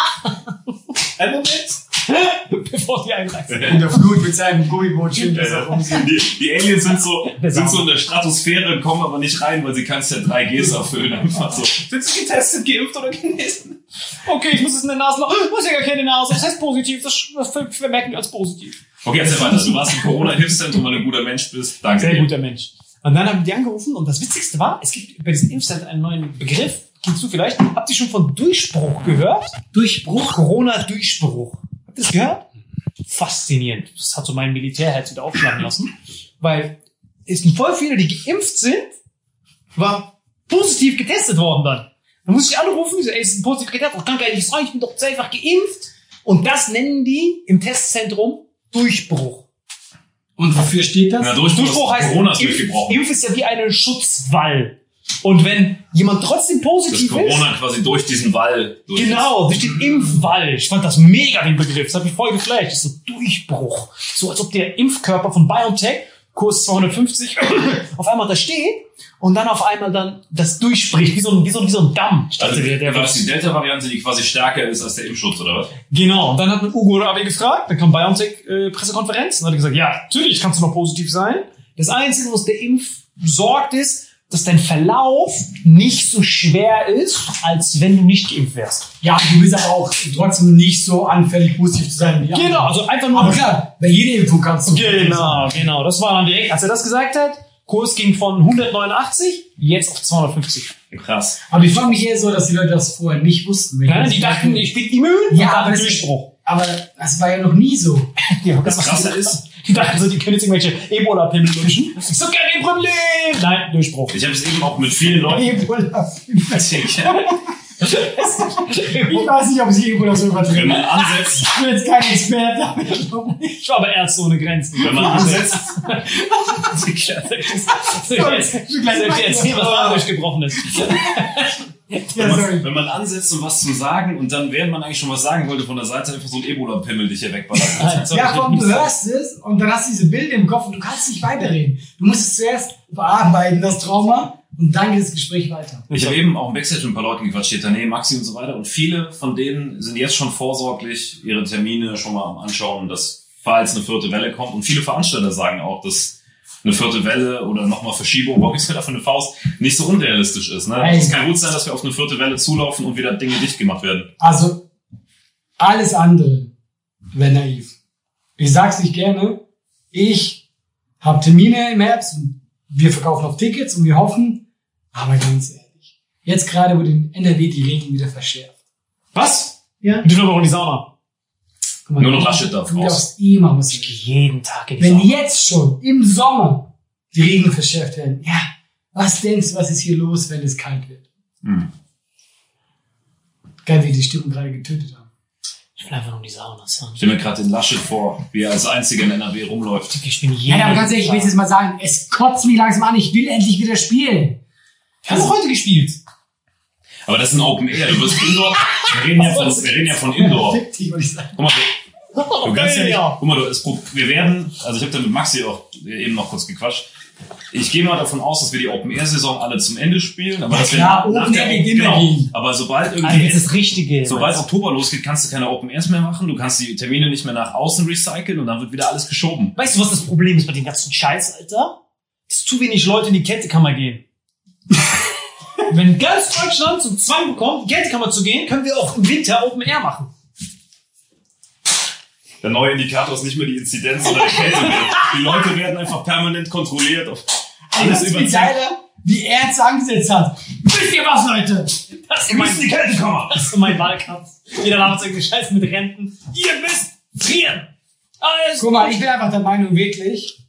51. Ein Moment. Bevor die einreisen. In der Flut mit seinem Gummiboot schön, das auch umsehen. Die Aliens sind so in der Stratosphäre, kommen aber nicht rein, weil sie kannst ja 3Gs erfüllen. Einfach so. Sind sie getestet, geimpft oder genesen? Okay, ich muss es in der Nase noch. Ich muss ja gar keine Nase. Das heißt positiv. Das vermerken wir als positiv. Okay, erzähl weiter. Du warst im Corona-Hilfszentrum, weil du ein guter Mensch bist. Danke Sehr dir. guter Mensch. Und dann haben die angerufen und das Witzigste war, es gibt bei diesem Impfcenter einen neuen Begriff. Kennst du vielleicht? Habt ihr schon von Durchbruch gehört? Durchbruch. Corona-Durchbruch. Habt ihr das gehört? Faszinierend. Das hat so mein Militärherz wieder aufschlagen lassen. Weil es sind voll viele, die geimpft sind, war positiv getestet worden dann. Dann muss ich anrufen, ich so, ey, es ist positiv getestet, ich kann gar nicht sagen, ich bin doch einfach geimpft. Und das nennen die im Testzentrum Durchbruch. Und wofür steht das? Na, Durchbruch heißt, Corona ist durchgebrochen. Impf ist ja wie eine Schutzwall. Und wenn jemand trotzdem Das positiv Corona quasi durch diesen Wall. ist, genau, durch den Impfwall. Ich fand das mega, den Begriff. Das hat mich voll geflasht. Das ist so Durchbruch. So als ob der Impfkörper von BioNTech, Kurs 250, auf einmal da steht und dann auf einmal dann das durchspricht, wie so ein Damm. Ich dachte, Also, der war das die Delta-Variante, die quasi stärker ist als der Impfschutz, oder was? Genau, und dann hat man Ugo Rabi gefragt, dann kam BioNTech Pressekonferenz und hat gesagt, ja, natürlich kannst du noch positiv sein. Das Einzige, was der Impf sorgt, ist, dass dein Verlauf nicht so schwer ist, als wenn du nicht geimpft wärst. Ja, du bist aber auch trotzdem nicht so anfällig, positiv zu sein wie die anderen. Genau, also einfach nur... Aber klar, bei jeder Impfung kannst du. Genau, das war dann direkt, als er das gesagt hat, Kurs ging von 189, jetzt auf 250. Krass. Aber ich frage mich eher so, dass die Leute das vorher nicht wussten. Ja, die dachten, ich bin immun, Ja, und dann aber das- Durchbruch. Aber das war ja noch nie so. Ja, Das Krasse ist, die dachten so, die können jetzt irgendwelche Ebola-Pimmel lutschen. Ich so, kein Problem. Nein, Durchbruch. ich habe es eben auch mit vielen Leuten Ebola. erzählt. Ich weiß nicht, ob ich Ebola so Wenn übertrieben man ansetzt, Ich bin jetzt kein Experte, aber ich glaube nicht. Ich war aber Ärzte ohne Grenzen. wenn man ansetzt, Erzähl, was da durchgebrochen ist. Ja, sorry. wenn man ansetzt, um was zu sagen und dann, während man eigentlich schon was sagen wollte, von der Seite einfach so ein Ebola-Pimmel dich hier wegballert. Ja, vor allem, du hörst es und dann hast du diese Bilder im Kopf und du kannst nicht weiterreden. Du musst es zuerst verarbeiten, das Trauma, und dann geht das Gespräch weiter. Ich habe eben auch im Backstage mit ein paar Leuten gequatscht, Tané, Maxi und so weiter, und viele von denen sind jetzt schon vorsorglich ihre Termine schon mal am Anschauen, dass falls eine 4. Welle kommt, und viele Veranstalter sagen auch, dass eine 4. Welle oder nochmal Verschiebung, warum ist wieder für eine Faust, nicht so unrealistisch ist. Ne? Hey. Es kann gut sein, dass wir auf eine 4. Welle zulaufen und wieder Dinge dicht gemacht werden. Also, alles andere wäre naiv. Ich sag's nicht gerne. Ich habe Termine im Herbst und wir verkaufen auf Tickets und wir hoffen, aber ganz ehrlich, jetzt gerade wurde in NRW die Regeln wieder verschärft. Was? Ja. Die dürfen aber auch in die Sauna. Guck mal, Nur noch Laschet darf du raus. darfst immer was Ich gehe jeden Tag in die Wenn Sauna. jetzt schon im Sommer die Regeln verschärft werden, ja, was denkst du, was ist hier los, wenn es kalt wird? Geil, wie die Stimmung gerade getötet haben. Ich will einfach nur in die Sauna, Son. Ich stelle mir gerade den Laschet vor, wie er als einziger in NRW rumläuft. Ich bin jeden Ja, aber ganz ehrlich, ich will jetzt mal sagen, es kotzt mich langsam an, ich will endlich wieder spielen. Wir haben auch heute gespielt. Aber das ist ein Open Air, du wirst Indoor. Wir reden ja von Indoor. Fick dich, wollte ich sagen. Guck mal, du kannst ja nicht, guck mal, wir werden, also ich habe da mit Maxi auch eben noch kurz gequatscht. Ich gehe mal davon aus, dass wir die Open-Air-Saison alle zum Ende spielen. Aber Ja, dass klar, wir nach Open Air der, wird immer gehen. aber sobald Also irgendwie, jetzt das Richtige. sobald Oktober losgeht, kannst du keine Open-Airs mehr machen. Du kannst die Termine nicht mehr nach außen recyceln und dann wird wieder alles geschoben. Weißt du, was das Problem ist bei dem ganzen Scheiß, Alter? Dass zu wenig Leute in die Kältekammer gehen. Wenn ganz Deutschland zum Zwang bekommt, in die Kältekammer zu gehen, können wir auch im Winter Open Air machen. Der neue Indikator ist nicht mehr die Inzidenz oder der Kältewert. Die Leute werden einfach permanent kontrolliert. Das ist wie geiler, wie er es angesetzt hat. Wisst ihr was, Leute? Das ist mein, die Kältekammer. das ist mein Wahlkampf. Jeder labert irgendwie Scheiß mit Renten. Ihr müsst frieren. Alles. Guck mal, ich bin einfach der Meinung, wirklich,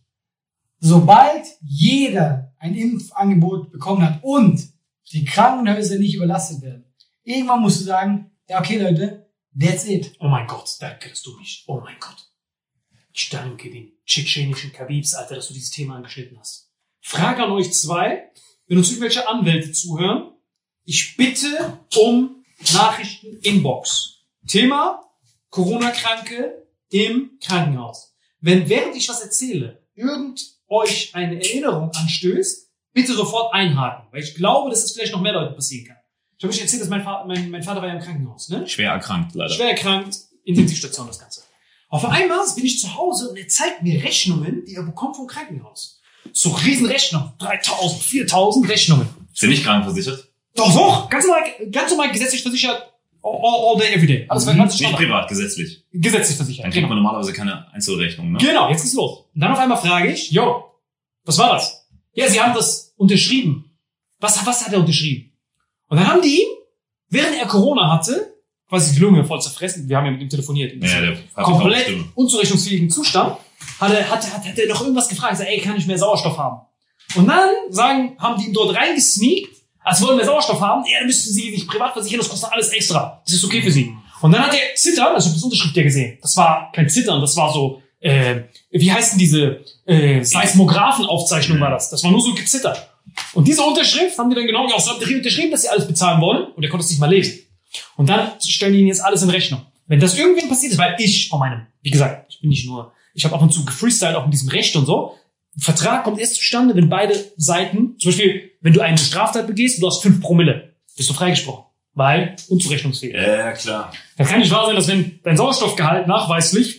sobald jeder ein Impfangebot bekommen hat und die Krankenhäuser nicht überlastet werden, irgendwann musst du sagen, ja, okay, Leute, that's it. Oh mein Gott, danke, dass du mich. Oh mein Gott. Ich danke den tschetschenischen Kabibs, Alter, dass du dieses Thema angeschnitten hast. Frage an euch zwei, wenn uns irgendwelche Anwälte zuhören. Ich bitte um Nachrichten-Inbox. Thema Corona-Kranke im Krankenhaus. Wenn während ich was erzähle, euch eine Erinnerung anstößt, bitte sofort einhaken, weil ich glaube, dass es vielleicht noch mehr Leuten passieren kann. Ich habe euch erzählt, dass mein Vater war ja im Krankenhaus, ne? Schwer erkrankt, leider. Schwer erkrankt, Intensivstation, das Ganze. Auf einmal bin ich zu Hause und er zeigt mir Rechnungen, die er bekommt vom Krankenhaus. So Riesenrechnungen, 3.000, 4.000 Rechnungen. Ist er nicht krankenversichert? Doch, ganz normal gesetzlich versichert, all day, every day. Alles ganz Nicht Standard. privat, gesetzlich. Gesetzlich versichert, Dann kriegt genau. man normalerweise keine Einzelrechnung, ne? Genau, jetzt geht's los. Und dann auf einmal frage ich, was war das? Ja, Sie haben das unterschrieben. Was hat er unterschrieben? Und dann haben die ihm, während er Corona hatte, quasi die Lunge voll zerfressen, wir haben ja mit ihm telefoniert, Ja, der hat komplett auch Stimme. unzurechnungsfähigen Zustand, hat er noch irgendwas gefragt, sagt, ey, kann ich mehr Sauerstoff haben? Und dann haben die ihn dort reingesneakt, als wollen wir Sauerstoff haben, ja, dann müssten sie sich privat versichern, das kostet alles extra. Das ist okay für sie. Und dann hat er Zittern, also ich habe das Unterschrift ja gesehen, das war kein Zittern, das war so, wie heißen diese Seismographenaufzeichnung war das. Das war nur so gezittert. Und diese Unterschrift haben die dann genommen, ja, so haben die unterschrieben, dass sie alles bezahlen wollen, und er konnte es nicht mal lesen. Und dann stellen die ihnen jetzt alles in Rechnung. Wenn das irgendwann passiert ist, weil ich von meinem, wie gesagt, ich habe ab und zu gefreestylt, auch in diesem Recht und so. Ein Vertrag kommt erst zustande, wenn beide Seiten, zum Beispiel, wenn du eine Straftat begehst und du hast 5 Promille, bist du freigesprochen. Weil unzurechnungsfähig. Ja, klar. Das kann nicht wahr sein, dass wenn dein Sauerstoffgehalt nachweislich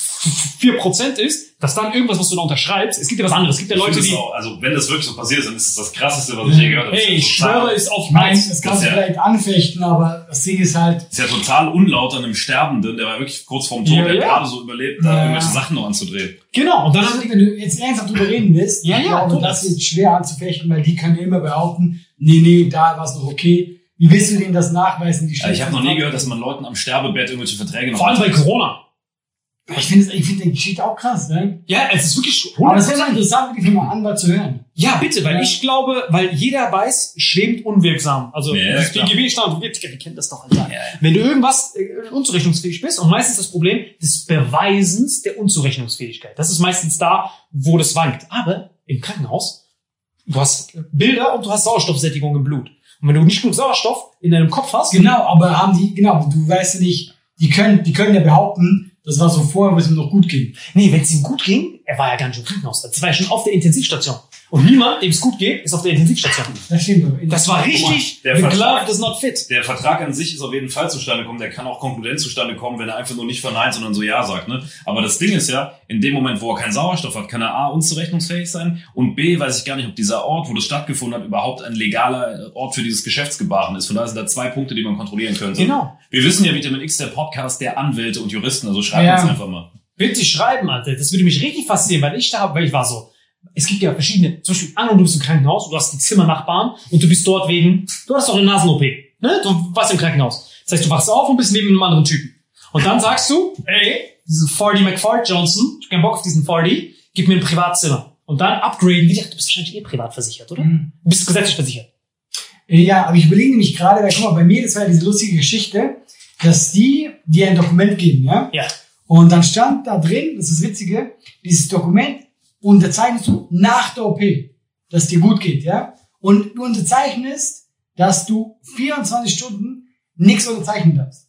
4% ist, dass dann irgendwas, was du da unterschreibst, es gibt ja was anderes. Es gibt ja Leute, die, Auch, also wenn das wirklich so passiert ist, dann ist es das Krasseste, was ich je gehört habe. hey, ich schwöre, ist auf Ich meine, meins. das kannst du Das ist ja- vielleicht anfechten, aber das Ding ist halt, ist ja total unlaut an einem Sterbenden, der war wirklich kurz vorm Tod, Ja, der ja. gerade so überlebt, da Ja. irgendwelche Sachen noch anzudrehen. Genau, und dann also, wenn du jetzt ernsthaft drüber reden willst, Ja, ich ja, glaube, tu das das. ist schwer anzufechten, weil die können immer behaupten, nee, da war es noch okay. Wie willst du denen das nachweisen? Die Also ich habe noch nie gehört, dass man Leuten am Sterbebett irgendwelche Verträge noch vor allem bei Corona. Ich finde die Geschichte auch krass, ne? Ja, es ist wirklich Aber es wäre mal interessant, wirklich mal Anwalt zu hören. Ja, bitte, weil Ja. ich glaube, weil jeder weiß, schwimmt unwirksam. Also Ja, das klar. BGB-Standard, wir kennen das doch, Alter. Wenn du irgendwas unzurechnungsfähig bist, und meistens das Problem des Beweisens der Unzurechnungsfähigkeit. Das ist meistens da, wo das wankt. Aber im Krankenhaus, du hast Bilder und du hast Sauerstoffsättigung im Blut. Und wenn du nicht genug Sauerstoff in deinem Kopf hast, Genau, aber du weißt ja nicht, die können ja behaupten, das war so vorher, wo es ihm noch gut ging. nee, wenn es ihm gut ging, er war ja gar nicht im Krankenhaus. Das war ja schon auf der Intensivstation. Und niemand, dem es gut geht, ist auf der Intensivstation. Das stimmt. Das war richtig, Der the Vertrag- glove does not fit. Der Vertrag an sich ist auf jeden Fall zustande gekommen. Der kann auch konkludent zustande kommen, wenn er einfach nur nicht verneint, sondern so Ja sagt. Ne? Aber das Ding ist ja, in dem Moment, wo er keinen Sauerstoff hat, kann er A, unzurechnungsfähig sein und B, weiß ich gar nicht, ob dieser Ort, wo das stattgefunden hat, überhaupt ein legaler Ort für dieses Geschäftsgebaren ist. Von daher sind da 2 Punkte, die man kontrollieren könnte. Genau. Wir wissen ja, Vitamin X, der Podcast der Anwälte und Juristen. Also schreibt Ja. uns einfach mal. Bitte schreiben, Alter. Das würde mich richtig faszinieren, weil ich war so, es gibt ja verschiedene, zum Beispiel, angenommen, du bist im Krankenhaus und du hast einen Zimmernachbarn und du bist dort du hast doch eine Nasen-OP, ne? Du warst im Krankenhaus. Das heißt, du wachst auf und bist neben einem anderen Typen. Und dann sagst du, ey, diesen Fardy McFart Johnson, ich hab keinen Bock auf diesen Fardy, gib mir ein Privatzimmer. Und dann upgraden die dich. Du bist wahrscheinlich privat versichert, oder? Du bist gesetzlich versichert. Ja, aber ich überlege nämlich gerade, weil guck mal, bei mir, das war ja diese lustige Geschichte, dass die dir ein Dokument geben, ja? Ja. Und dann stand da drin, das ist das Witzige, dieses Dokument unterzeichnest du nach der OP, dass dir gut geht, ja? Und du unterzeichnest, dass du 24 Stunden nichts unterzeichnen darfst.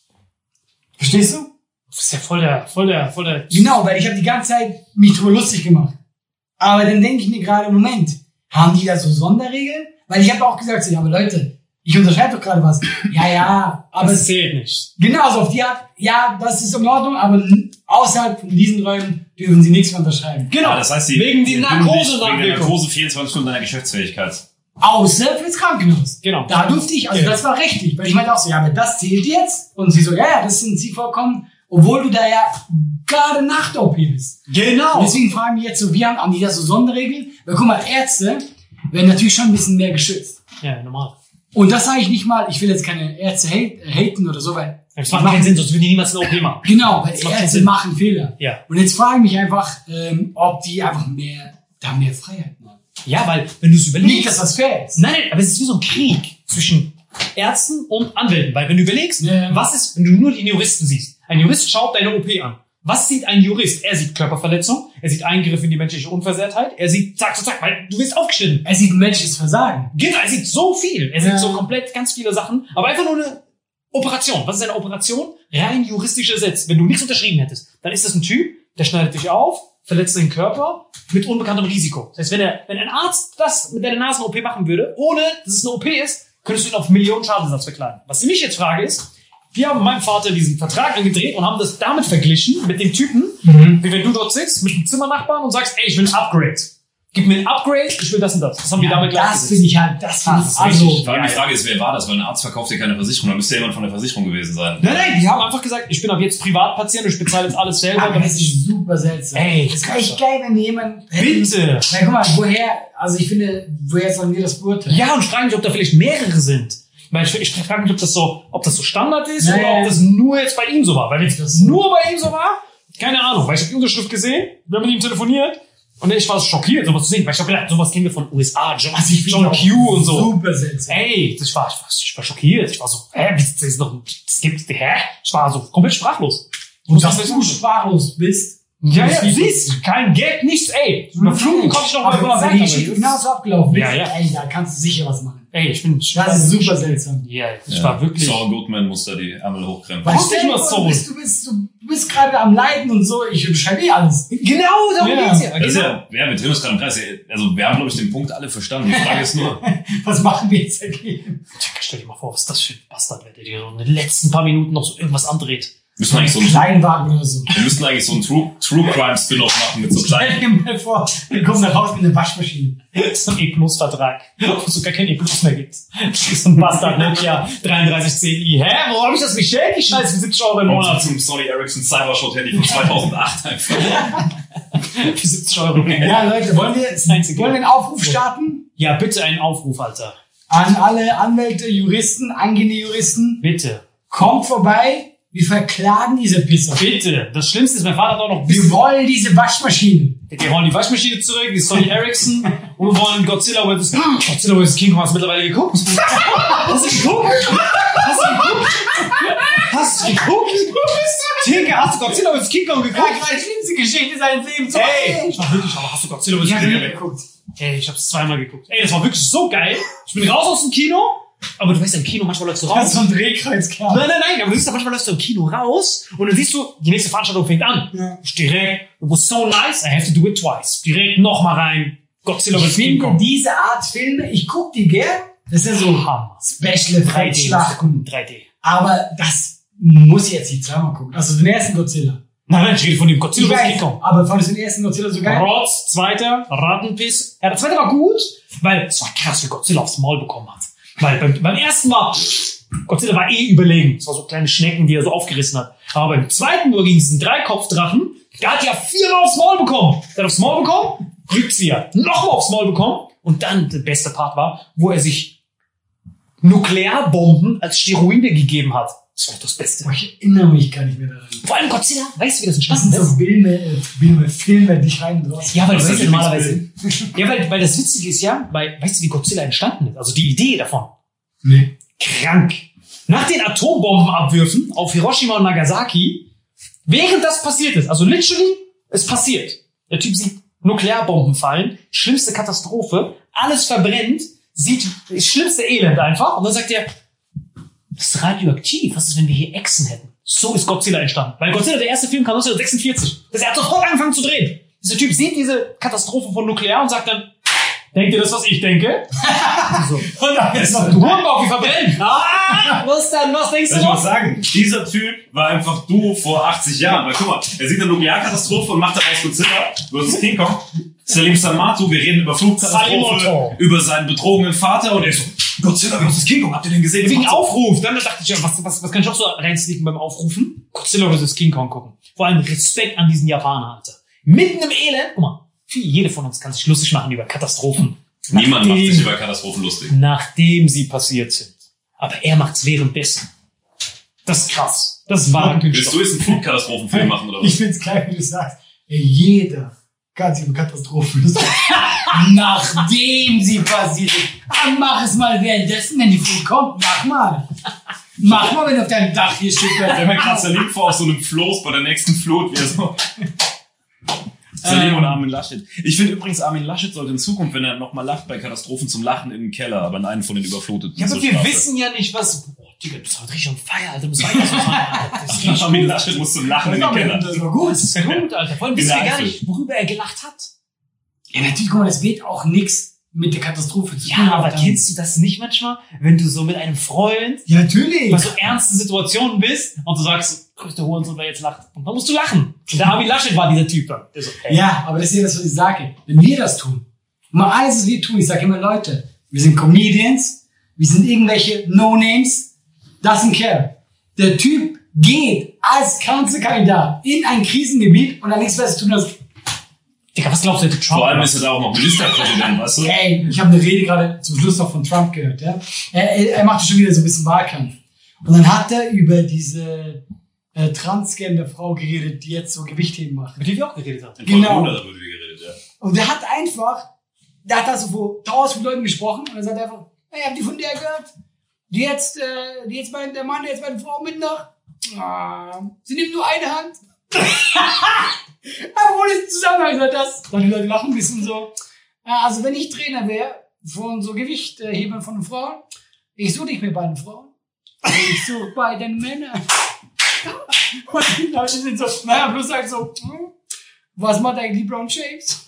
Verstehst du? Das ist ja voll der. Genau, weil ich habe die ganze Zeit mich drüber lustig gemacht. Aber dann denke ich mir gerade, Moment, haben die da so Sonderregeln? Weil ich habe auch gesagt, so, ja, aber Leute, ich unterschreibe doch gerade was. Ja, aber Das zählt nicht. genau, so auf die Art, ja, das ist in Ordnung, aber außerhalb von diesen Räumen dürfen sie nichts mehr unterschreiben. Genau. Ja, das heißt, wegen die wegen der Narkose-Nachwirkung. Narkose 24 Stunden deiner Geschäftsfähigkeit. Außer fürs Krankenhaus. Genau. Da durfte ich, also das war rechtlich, weil ich meinte auch so, ja, aber das zählt jetzt. Und sie so, ja, das sind sie vollkommen, obwohl du da ja gerade nach der OP bist. Genau. Und deswegen fragen wir jetzt so, haben die da so Sonderregeln? Weil guck mal, Ärzte werden natürlich schon ein bisschen mehr geschützt. Ja, normal. Und das sage ich nicht mal, ich will jetzt keine Ärzte haten oder so, weil... Das macht keinen Sinn, sonst würden die niemals eine OP machen. Genau, weil Das macht keinen Ärzte Sinn. machen Fehler. Ja. Und jetzt frage ich mich einfach, ob die einfach mehr Freiheit haben. Ja, weil, wenn du es überlegst. Nicht, dass das fair ist. Nein, aber es ist wie so ein Krieg zwischen Ärzten und Anwälten. Weil wenn du überlegst, Ja. was ist, wenn du nur den Juristen siehst? Ein Jurist schaut deine OP an. Was sieht ein Jurist? Er sieht Körperverletzung, er sieht Eingriff in die menschliche Unversehrtheit, er sieht zack, weil du wirst aufgeschnitten. Er sieht ein menschliches Versagen. Genau, er sieht so viel. Er sieht Ja. so komplett ganz viele Sachen, aber einfach nur eine Operation. Was ist eine Operation? Rein juristischer Sitz. Wenn du nichts unterschrieben hättest, dann ist das ein Typ, der schneidet dich auf, verletzt den Körper mit unbekanntem Risiko. Das heißt, wenn ein Arzt das mit deiner Nasen-OP machen würde, ohne dass es eine OP ist, könntest du ihn auf Millionen Schadensersatz verklagen. Was ich mich jetzt frage ist, wir haben meinem Vater diesen Vertrag angedreht und haben das damit verglichen, mit dem Typen, wie wenn du dort sitzt, mit einem Zimmernachbarn und sagst, ey, ich will ein Upgrade. Gib mir ein Upgrade, ich will das und das. Das haben wir damit das gleichgesetzt. finde ich halt, das finde ich ist also... richtig. Vor allem die Frage ist, wer war das? Weil ein Arzt verkauft dir keine Versicherung. Da müsste ja jemand von der Versicherung gewesen sein. Nein, die haben einfach gesagt, ich bin ab jetzt Privatpatient und ich bezahle jetzt alles selber. Aber das ist super seltsam. Ey, das wäre echt geil, wenn jemand... Bitte! Na, guck mal, ich finde, woher sollen wir das beurteilen? Ja, und ich frage mich, ob da vielleicht mehrere sind. Weil ich frage mich, ob das so Standard ist Nee. oder ob das nur jetzt bei ihm so war. Weil wenn es Das so. nur bei ihm so war, keine Ahnung. Weil ich habe die Unterschrift gesehen, wir haben mit ihm telefoniert und ich war schockiert, sowas zu sehen. Weil ich habe gedacht, sowas kennen wir von USA, John Q und so. Super seltsam. Ey, ich war schockiert. Ich war so, das gibt's, Ich war so komplett sprachlos. Und dass du sprachlos bist. Ja, siehst, kein Geld, nichts, ey. Überflogen konnte ich noch mal Aber über wenn die Geschichte genauso abgelaufen ist, Ja, ja. ey, da kannst du sicher was machen. Ey, ich bin Das ist super seltsam. Ja, ich war wirklich. Saul Goodman muss da die Ärmel hochkrempeln. Weil Brauchst stell nicht dir mal vor, so. du bist gerade am Leiden und so, ich unterschreibe eh alles. Genau, darum Ja. geht's ja. Das ist Genau. ja, wir drehen uns gerade im Kreis. Also, wir haben, glaube ich, den Punkt alle verstanden. Die Frage ist nur, Was machen wir jetzt dagegen? Stell dir mal vor, was das für ein Bastard wäre, der dir so in den letzten paar Minuten noch so irgendwas andreht. wir müssen eigentlich Kleinwagen oder so. wir müssten eigentlich so einen True Crime Spin-off machen mit so Stell kleinen. dir mal vor, wir kommen nach Hause mit einer Waschmaschine. So ein E-Plus-Vertrag, wo es sogar kein E-Plus mehr gibt. Das ist so ein Bastard Nokia 3310i. Hä? Wo hab ich das bestellt? Die Scheiße für 70 € im Monat. Zum Sony Ericsson Cybershot-Handy von 2008 einfach. Für 70 €. Ja, Leute, wollen wir Einzige. einen Aufruf starten? Ja, bitte einen Aufruf, Alter. An alle Anwälte, Juristen, angehende Juristen. Bitte. Kommt vorbei, wir verklagen diese Pisser. Bitte. Das Schlimmste ist, mein Vater hat auch noch Wir wollen diese Waschmaschine. Wir wollen die Waschmaschine zurück, die Sony Ericsson, und wir wollen Godzilla vs. King Kong. Hast du mittlerweile geguckt? Hast du geguckt? Hast du geguckt? Digga, hast du Godzilla vs. King Kong geguckt? die schlimmste Geschichte seines Lebens. Ey, ich war wirklich, aber hast du Godzilla vs. Ich King habe Kong nie geguckt? geguckt. Ey, ich hab's zweimal geguckt. Ey, das war wirklich so geil. Ich bin raus aus dem Kino, aber du weißt ja, im Kino manchmal läufst du Das raus. ist so ein Drehkreuzkerl. Nein, aber du siehst ja, manchmal läufst du im Kino raus und dann siehst du, die nächste Veranstaltung fängt an. Ja. Direkt, it was so nice, I have to do it twice. Direkt nochmal rein. Godzilla Ich vs. King finde Kong. diese Art Filme, ich guck die gern. Das ist ja so Hammer. Special 3D. Schlachten. 3D. Aber das muss ich jetzt nicht zweimal gucken. Also den ersten Godzilla. Nein, ich rede von dem Ich Godzilla vs. King weiß, Kong. aber fandest du den ersten Godzilla so geil? Rotz, zweiter, Rattenpiss. Ja, der zweite war gut, weil es war krass, wie Godzilla aufs Maul bekommen hat. Weil beim ersten war, Godzilla war eh überlegen. Es war so kleine Schnecken, die er so aufgerissen hat. Aber beim zweiten, wo er gegen diesen Dreikopfdrachen, der hat ja 4-mal aufs Maul bekommen. Der hat aufs Maul bekommen, Rückzieher, nochmal aufs Maul bekommen. Und dann, der beste Part war, wo er sich Nuklearbomben als Steroide gegeben hat. Das war das Beste. Boah, ich erinnere mich gar nicht mehr daran. Vor allem Godzilla, weißt du, wie das Das entstanden sind ist? so Filme, die rein und raus. Ja, weil du Was weißt ist ja dein normalerweise. Ja, weil das Witzige ist ja, weißt du, wie Godzilla entstanden ist? Also die Idee davon. Nee. Krank. Nach den Atombombenabwürfen auf Hiroshima und Nagasaki, während das passiert ist, also literally, es passiert. Der Typ sieht Nuklearbomben fallen, schlimmste Katastrophe, alles verbrennt, sieht das schlimmste Elend einfach und dann sagt er, das ist radioaktiv, was ist, wenn wir hier Echsen hätten? So ist Godzilla entstanden. Weil Godzilla, der erste Film, kam 1946. Er hat sofort angefangen zu drehen. Dieser Typ sieht diese Katastrophe von Nuklear und sagt dann, denkt ihr das, was ich denke? So. Und dann ist noch du Hurenbauch, wie verbrennen. Was dann? Was denkst du Soll ich was noch? sagen? Dieser Typ war einfach du vor 80 Jahren. Weil guck mal, er sieht eine Nuklearkatastrophe und macht daraus Godzilla versus King Kong. Salim Samatu, wir reden über Flugkatastrophe, Salimoto. über seinen betrogenen Vater und er so, Godzilla versus King Kong, habt ihr den gesehen? Wegen Aufruf. Dann dachte ich, ja, was kann ich auch so reinsneaken beim Aufrufen? Godzilla vs. King Kong gucken. Vor allem Respekt an diesen Japaner, Alter. Mitten im Elend, guck mal, jede von uns kann sich lustig machen über Katastrophen. Niemand macht sich über Katastrophen lustig. Nachdem sie passiert sind. Aber er macht's währenddessen. Das ist krass. Das war Willst du jetzt einen Flugkatastrophenfilm machen oder Ich was? find's geil, wie du sagst. Ey, jeder kann sich über Katastrophen lustig machen. Nachdem sie passiert ist. Ah, mach es mal währenddessen, wenn die Flut kommt. Mach mal. Mach mal, wenn auf deinem Dach hier steht. Der mir gerade Salim vor auf so einem Floß bei der nächsten Flut, wie er so... Salim und Armin Laschet. Ich finde übrigens, Armin Laschet sollte in Zukunft, wenn er nochmal lacht bei Katastrophen, zum Lachen in den Keller, aber in einen von den Überfluteten. Ja, aber zur wir Straße. wissen ja nicht, was... Oh, Digga, du bist heute richtig on fire, Alter. Du musst weiter so fahren, Alter. Das ist richtig Armin gut. Laschet muss zum Lachen in den Keller. Das war gut. Das ist gut, Alter. Vor allem wissen In wir der gar Eifel. nicht, worüber er gelacht hat. Ja, natürlich, guck mal, das wird auch nichts mit der Katastrophe zu tun Ja, aber haben. kennst du das nicht manchmal, wenn du so mit einem Freund Ja, natürlich. bei so ernsten Situationen bist und du sagst, größte Hurensohn, wer jetzt lacht. Und dann musst du lachen. Und der Armin Laschet war dieser Typ dann. Der so, ey. Ja, aber das ist ja das, was ich sage. Wenn wir das tun, mal alles, was wir tun, ich sage immer, Leute, wir sind Comedians, wir sind irgendwelche No-Names, das ist ein Kerl. Der Typ geht als Kanzlerkandidat in ein Krisengebiet und dann nichts mehr zu tun als, Digga, was glaubst du, hätte Trump Vor allem gemacht? ist er da auch noch Ministerpräsident, weißt du? ey, ich habe eine Rede gerade zum Schluss noch von Trump gehört, ja. Er machte schon wieder so ein bisschen Wahlkampf. Und dann hat er über diese Transgender-Frau geredet, die jetzt so Gewichtheben macht. Mit dem wir auch geredet haben. In Folge Genau. 100 darüber geredet, ja. Und der hat da so vor 1000 Leuten gesprochen und er sagt einfach, hey, habt ihr von der gehört? Die jetzt bei der Mann, der jetzt bei der Frau mit nach, sie nimmt nur eine Hand. Aber ohne Zusammenhang sagt das. Dann die Leute lachen ein bisschen so. Ja, also wenn ich Trainer wäre, von so Gewichthebern von Frauen, ich suche nicht mehr bei den Frauen. Ich suche bei den Männern. Und die Leute sind so, naja, bloß sagt so, was macht eigentlich LeBron James?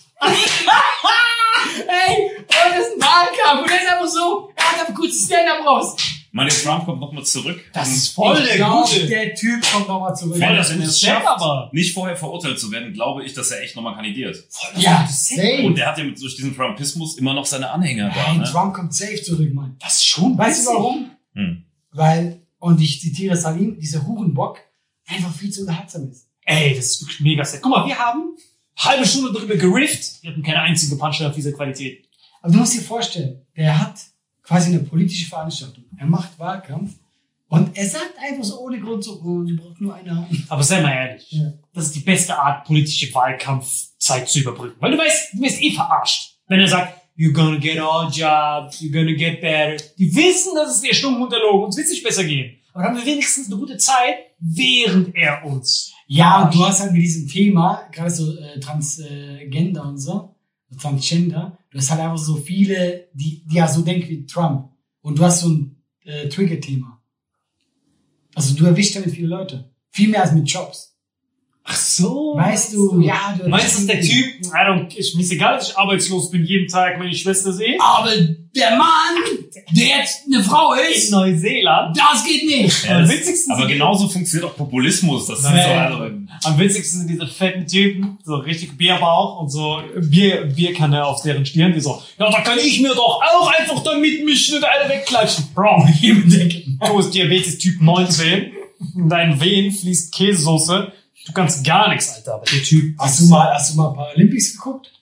Ey, und das ist ein Wahlkampf. Und der ist einfach so, er hat einfach kurz ein Stand-up raus. Meine Trump kommt nochmal zurück. Das ist Ich voll der glaub, Gute. Der Typ kommt nochmal zurück. Wenn er das es gute Set, schafft, aber. nicht vorher verurteilt zu werden, glaube ich, dass er echt nochmal kandidiert. Ja, das ist safe. Und der hat ja durch diesen Trumpismus immer noch seine Anhänger da. Nein, Ne? Trump kommt safe zurück, Mann. Das ist schon Weißt du witzig. warum? Weil, und ich zitiere Salim, dieser Hurenbock einfach viel zu unterhaltsam ist. Ey, das ist wirklich mega set. Guck mal, wir haben halbe Stunde drüber gerifft. Wir hatten keine einzige Punchline auf dieser Qualität. Aber du musst dir vorstellen, der hat quasi eine politische Veranstaltung. Er macht Wahlkampf und er sagt einfach so ohne Grund so, oh, sie braucht nur eine Hand. Aber sei mal ehrlich. Ja. Das ist die beste Art, politische Wahlkampfzeit zu überbrücken. Weil du wirst eh verarscht. Wenn er sagt, you're gonna get all jobs, you're gonna get better. Die wissen, dass es dir stumm unterlogen, uns wird es nicht besser gehen. Aber dann haben wir wenigstens eine gute Zeit, während er uns. Ja, und du hast halt mit diesem Thema, gerade so Transgender und so, Transgender, du hast halt einfach so viele, die ja so denken wie Trump. Und du hast so ein Trigger-Thema. Also du erwischst damit viele Leute. Viel mehr als mit Jobs. Ach so. Weißt du, ja, du Meinst du, dass der Typ, mir ist egal, dass ich arbeitslos bin, jeden Tag meine Schwester sehe? Aber der Mann, der jetzt eine Frau In ist, Neuseeland. das geht nicht. Ja, Am das, witzigsten aber sind- genauso funktioniert auch Populismus. Das ist so, Nein. also, Am witzigsten sind diese fetten Typen, so richtig Bierbauch und so Bierkanne auf deren Stirn, die so, ja, da kann ich mir doch auch einfach da mitmischen und alle wegklatschen. Bro, du hast Diabetes Typ 19, in deinen Venen fließt Käsesoße, du kannst gar nichts, Alter, aber der Typ. Hast du mal Paralympics geguckt?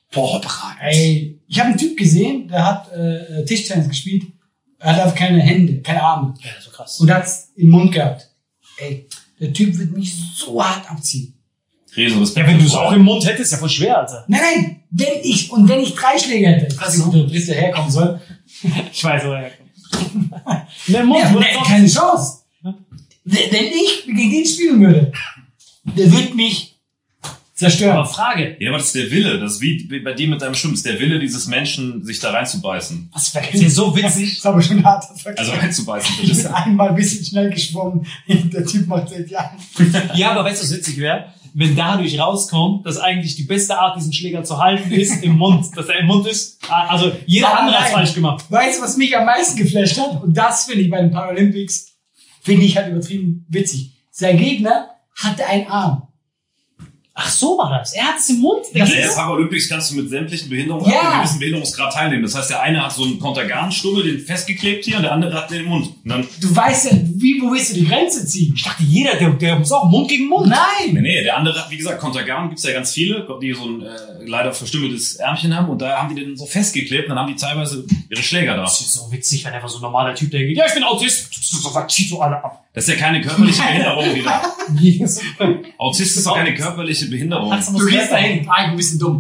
Boah, bereit. Ey, ich habe einen Typ gesehen, der hat Tischtennis gespielt. Er hat einfach keine Hände, keine Arme. Ja, so krass. Und hat's im Mund gehabt. Ey, der Typ wird mich so hart abziehen. Riesen Respekt. Ja, wenn du es auch im Mund hättest, ja voll schwer, Alter. Nein, wenn ich 3 Schläge hätte, ich weiß nicht, wo der dritte herkommen soll. Ich weiß, wo er herkommt. Der Mund, Ja, nee, keine Chance. Wenn ich gegen den spielen würde, der wird mich zerstören. Aber Frage. Ja, aber das ist der Wille. Das ist wie bei dir mit deinem Schwimmen. Das ist der Wille dieses Menschen, sich da reinzubeißen. Was wäre so witzig? Das ist aber schon ein harter Vergleich. Also reinzubeißen. Ich bin einmal ein bisschen schnell geschwommen. Der Typ macht seit Jahren. Ja, aber weißt du, was witzig wäre? Wenn dadurch rauskommt, dass eigentlich die beste Art, diesen Schläger zu halten, ist im Mund. Dass er im Mund ist. Also jeder andere hat falsch gemacht. Weißt du, was mich am meisten geflasht hat? Und das finde ich bei den Paralympics, finde ich halt übertrieben witzig. Sein Gegner hatte einen Arm. Ach, so war das. Er hat es im Mund. In der Paralympics kannst du mit sämtlichen Behinderungen ab einem gewissen Behinderungsgrad teilnehmen. Das heißt, der eine hat so einen Kontergan-Stummel, den festgeklebt hier, und der andere hat den im Mund. Und dann, Du weißt ja, wo willst du die Grenze ziehen? Ich dachte, jeder, der muss auch Mund gegen Mund. Nein! nee, der andere hat, wie gesagt, Kontergan gibt's ja ganz viele, die so ein leider verstümmeltes Ärmchen haben, und da haben die den so festgeklebt, und dann haben die teilweise ihre Schläger da. Das ist so witzig, wenn einfach so ein normaler Typ, der geht, ja, ich bin Autist, so sagt, zieht so alle ab. Das ist ja keine körperliche Behinderung wieder. Autist ist doch keine körperliche Behinderung. Du gehst dahin, ein bisschen dumm.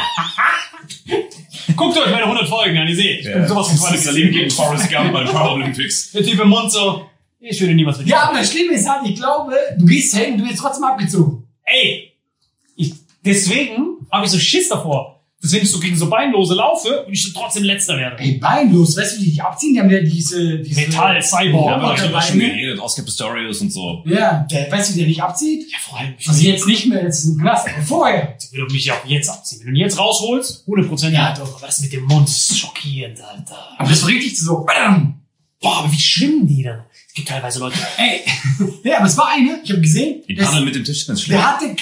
Guckt euch meine 100 Folgen an, ihr seht. Ich bin sowas von Das ist der Leben gegen Forrest Gump bei den Paralympics. Der Typ im Mund so, ich würde niemals mit dir. Ja, aber das Schlimme ist halt, ich glaube, du gehst hin, du wirst trotzdem abgezogen. Ey, deswegen habe ich so Schiss davor. Deswegen ich so gegen so Beinlose laufe und ich so trotzdem Letzter werde. Ey, beinlos, weißt du, wie die dich abziehen? Die haben ja diese Metall, Ja, Cyborg. aber ich habe schon Beine. geredet, Oscar Pistorius und so. Ja, weißt du, wie der dich abzieht? Ja, vor allem, Also jetzt nicht mehr, jetzt ist ein Knast, aber vorher. ich will mich ja auch jetzt abziehen. Wenn du ihn jetzt rausholst, 100%. Ja, doch. Aber das mit dem Mund ist schockierend, Alter. Aber das war richtig so, badam. Boah, aber wie schwimmen die dann? Es gibt teilweise Leute, Ey, ja, aber es war eine, ich habe gesehen, Die paddeln mit dem Tischtennisschläger. der hatte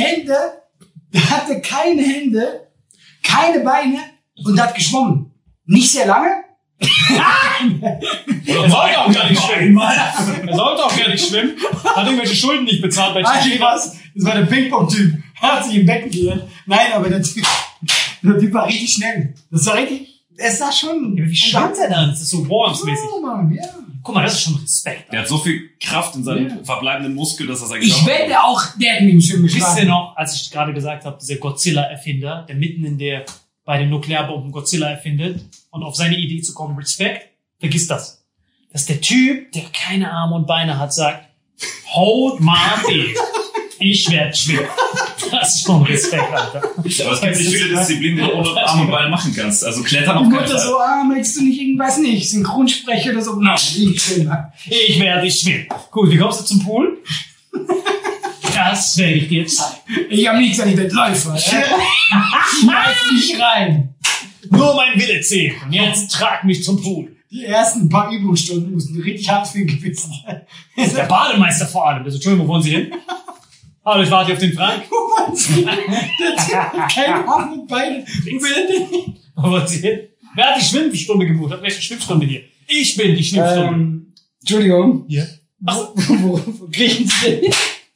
keine Hände, keine Beine und hat geschwommen. Nicht sehr lange. er sollte auch gar nicht schwimmen. Er sollte auch gar nicht schwimmen. Hat irgendwelche Schulden nicht bezahlt bei Weißt du Chichira. was? Das war der Ping-Pong-Typ. Er hat sich im Becken geirrt. Nein, aber der Typ war richtig schnell. Das war richtig, es sah schon... Wie schwimmt er dann? Das ist so Worms-mäßig. Oh, Mann, ja. Guck mal, das ist schon Respekt. Der hat so viel Kraft in seinem Ja. verbleibenden Muskel, dass er sein Ich wette auch, der hat mich schön Wisst ihr geschlagen. noch, als ich gerade gesagt habe, dieser Godzilla-Erfinder, der mitten bei den Nuklearbomben Godzilla erfindet und auf seine Idee zu kommen, Respekt, vergiss das. Dass der Typ, der keine Arme und Beine hat, sagt, hold my beer. Ich werde schwimmen. Das ist schon Respekt, Alter. Aber es gibt nicht viele Disziplinen, die du ohne Arm und Beine machen kannst. Also Klettern auf keinen Mutter Fall. so, möchtest du nicht irgendwas nicht? Synchronsprecher oder so? Nein, ich schön. Ich werde schwimmen. Gut, wie kommst du zum Pool? Das werde ich dir zeigen. Ich hab nichts an die Wettläufer. Schmeiß mich rein. Nur mein Wille zählt. Und jetzt trag mich zum Pool. Die ersten paar Übungsstunden mussten richtig hart für ihn gewesen sein. Der Bademeister vor allem. Der so, Entschuldigung, wo wollen Sie hin? Hallo, ich warte hier auf den Frank. Der Typ hat keine Arme und Beine. Wo will er denn hin? Wo wollen Sie hin? Wer hat die Schwimmstunde gebucht? Hat welche Schwimmstunde hier? Ich bin die Schwimmstunde. Entschuldigung. Ja. Wo kriegen Sie denn hin?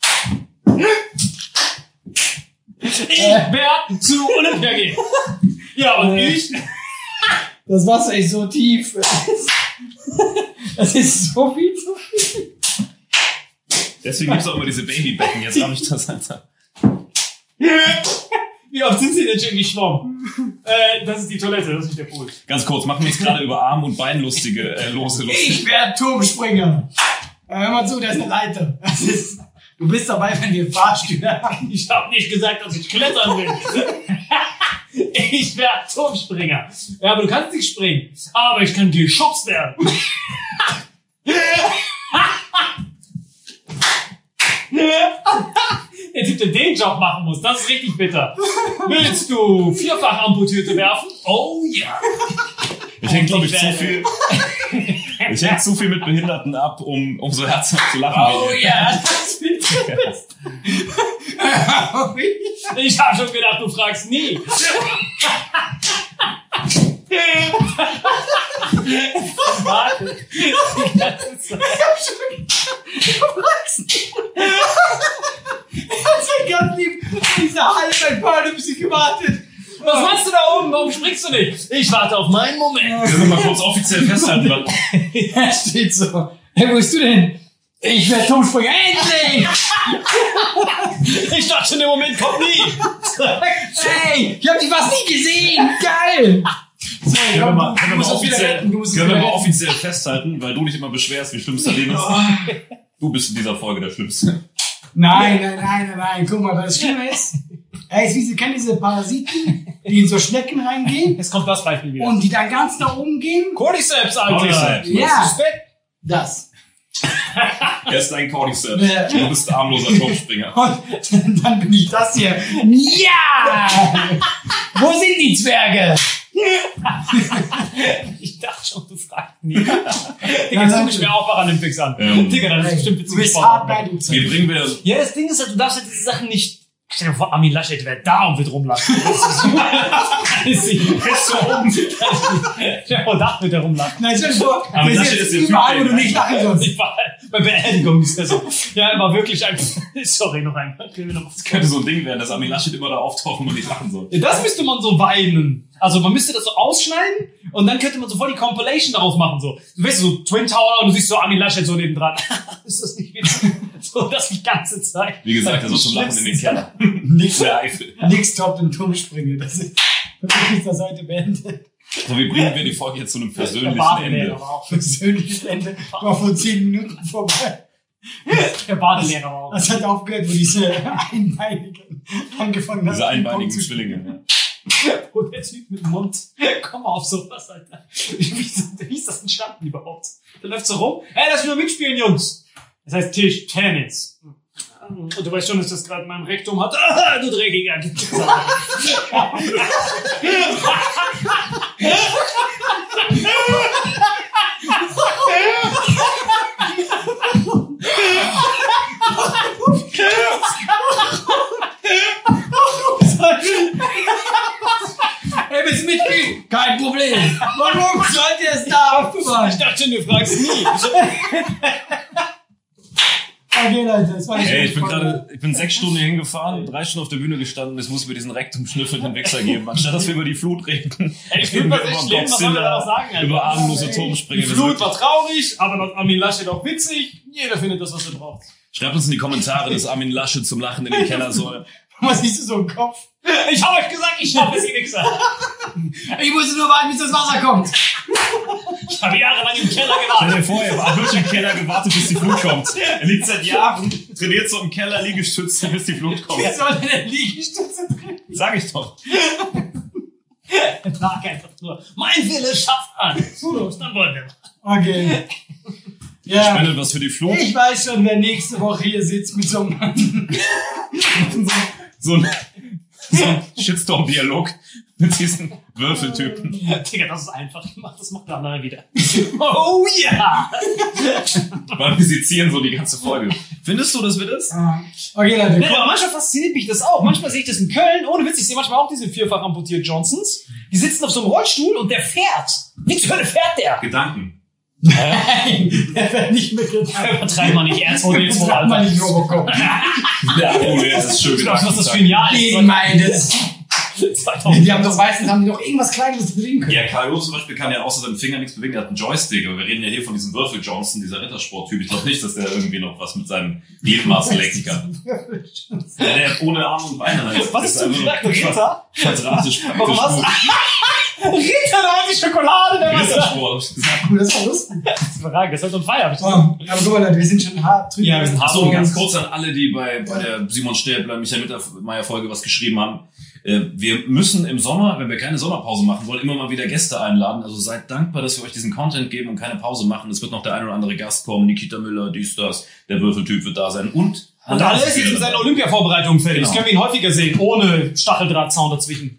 Ich werde zu Olympia gehen. Ja, und ich? Das Wasser ist so tief. Das ist so viel zu viel. Deswegen gibt's auch immer diese Babybecken. Jetzt habe ich das, Alter. Wie oft sind Sie denn schon geschwommen? Das ist die Toilette, das ist nicht der Pool. Ganz kurz, machen wir uns gerade über Arm- und Beinlustige Lose lustig. Ich werde Turmspringer. Hör mal zu, da ist eine Leiter. Du bist dabei, wenn wir Fahrstühle haben. Ich habe nicht gesagt, dass ich klettern will. Ich werde Turmspringer. Ja, aber du kannst nicht springen. Aber ich kann geschubst werden. Der Typ, der den Job machen muss, das ist richtig bitter. Willst du vierfach Amputierte werfen? Oh ja. Ich hänge, glaube ich, zu viel. Ich hänge zu viel mit Behinderten ab, um so herzhaft zu lachen. Oh ja, das bin ich. Ich habe schon gedacht, du fragst nie. Warte. Das war ganz lieb. Diese halbe Paralympics gewartet. Was machst du da oben? Warum springst du nicht? Ich warte auf meinen Moment. Können wir mal kurz offiziell festhalten, weil Da steht so. Hey, wo bist du denn? Ich werde Turmspringer. Endlich! Ich dachte schon, der Moment kommt nie. Hey, ich hab dich fast nie gesehen. Geil! So, können wir du musst mal uns wieder retten, du musst uns können wir wieder mal retten. offiziell festhalten, weil du dich immer beschwerst, wie schlimm es daneben ist. Du bist in dieser Folge der Schlimmste. Nein. Guck mal, was das Schlimme ist. Ey, Sie kennen diese Parasiten, die in so Schnecken reingehen Jetzt kommt das Beispiel wieder. und die dann ganz nach oben gehen? Cordyceps, Alter. Cordyceps. Ja, das. Er ist ein Cordyceps. Ja. Du bist armloser Turmspringer. Und dann bin ich das hier. Ja! Wo sind die Zwerge? Ich dachte schon, du fragst nie. Digga, jetzt guck ich mir auch Paralympics an. Digga, das ist bestimmt Du witzig. bist hart bei du Wie bringen wir Ja, das Ding ist halt, du darfst halt diese Sachen nicht. Stell dir vor, Armin Laschet wäre da und wird rumlachen. Das ist so oben. Stell dir vor, da wird er rumlachen. Nein, stell dir vor, Aber wir das sind ist jetzt der Typ, überall, wo der- du nicht lachen sollst. Ich war bei Beerdigung ist er so. Ja, er war wirklich ein. Sorry, noch einmal. Das könnte so ein Ding werden, dass Armin Laschet immer da auftauchen und nicht lachen soll. Ja, das müsste man so weinen. Also man müsste das so ausschneiden und dann könnte man so voll die Compilation darauf machen. So, du weißt so Twin Tower und du siehst so Armin Laschet so nebendran. Ist das nicht witzig? So das die ganze Zeit. Wie gesagt, er soll Die zum Lachen in den schlimmsten Keller. Nix, Der Eifel. nix top den Turmspringen. Das ist wirklich das heute beendet. So, wie bringen wir die Folge jetzt zu einem Der persönlichen Badelehrer Ende? war auch. Persönliches Ende war vor 10 Minuten vorbei. Der Badelehrer war auch. Das hat aufgehört, wo diese Einbeinigen angefangen haben. Diese einbeinigen Ping-Pong zu Zwillinge. Oh, der Typ mit dem Mund. Komm mal auf sowas, Alter. Wie ist das entstanden überhaupt? Der läuft so rum. Hey, lass mich mal mitspielen, Jungs. Das heißt Tisch, Tennis. Und du weißt schon, dass das gerade mein Rektum hat. Ah, du dreckiger. Hey, willst du mitspielen? Kein Problem. Warum sollt ihr es da aufbewahren? Ich dachte, du fragst nie. Okay, Leute, das war die Hey, Folge. ich bin 6 Stunden hingefahren, 3 Stunden auf der Bühne gestanden, jetzt muss mir diesen Rektumschnüffel den Wechsel geben. Anstatt dass wir über die Flut reden, Ey, die Flut war sehr schlimm, was soll man da noch sagen, Alter? über armlose Die Turmspringer. Flut war traurig, aber laut Armin Laschet auch witzig. Jeder findet das, was er braucht. Schreibt uns in die Kommentare, dass Armin Laschet zum Lachen in den Keller soll. Was siehst du so im Kopf? Ich hab euch gesagt, ich schaff es, ihr Wichser. Ich musste nur warten, bis das Wasser kommt. Ich habe jahrelang im Keller Stell gewartet. dir vor, er hat wirklich im Keller gewartet, bis die Flut kommt. Er liegt seit Jahren, trainiert so im Keller Liegestütze, bis die Flut kommt. Wer soll denn der Liegestütze drin? Sag ich doch. Er sagt einfach nur, mein Wille schafft alles. Tu los, dann wollen wir. Okay. Ja. Spendet was für die Flut. Ich weiß schon, wer nächste Woche hier sitzt mit so einem So ein Shitstorm-Dialog mit diesen Würfeltypen. Digga, das ist einfach gemacht, das macht der andere wieder. Oh ja! Weil wir sezieren so die ganze Folge. Findest du, dass wir das? Okay, Leute, Nee, aber manchmal fasziniert mich das auch. Manchmal sehe ich das in Köln. Ohne Witz, ich sehe manchmal auch diese vierfach amputiert Johnsons. Die sitzen auf so einem Rollstuhl und der fährt. Wie zur Hölle fährt der? Gedanken. nein, der wird nicht mitgedacht. Übertreib mal nicht, R2D2, Sag mal Alter. nicht Robocop. Ja, oh, das ist schön wieder. Was ist das für ein Jahr? Ich meine, das. 2000. Die haben doch meistens haben die doch irgendwas Kleines bewegen können. Ja, Karl zum Beispiel kann ja außer seinem Finger nichts bewegen, der hat einen Joystick, aber wir reden ja hier von diesem Würfel Johnson, dieser Rittersporttyp. Ich glaube nicht, dass der irgendwie noch was mit seinem Gliedmaßen lenken kann. Ja, der hat ohne Arme und Beine halt. Was ist denn gesagt, Ritter? Quadratisch. Warum was? Ritter, da hat die Schokolade, der was da. Rittersport, hab ich gesagt. Cool, das war lustig. Das ist überragend, das ist halt on fire. Hab ich Oh, aber guck mal, Leute, wir sind schon hart drüber. Ja, wir sind hart Achso, drüber. ganz kurz an alle, die bei der Simon Stäbler, Michael Mittermeier Folge was geschrieben haben. Wir müssen im Sommer, wenn wir keine Sommerpause machen wollen, immer mal wieder Gäste einladen. Also seid dankbar, dass wir euch diesen Content geben und keine Pause machen. Es wird noch der ein oder andere Gast kommen. Nikita Müller, dies, das. Der Würfeltyp wird da sein. Und alles ist jetzt mit seiner Olympia-Vorbereitung fertig. Das Genau. können wir ihn häufiger sehen, ohne Stacheldrahtzaun dazwischen.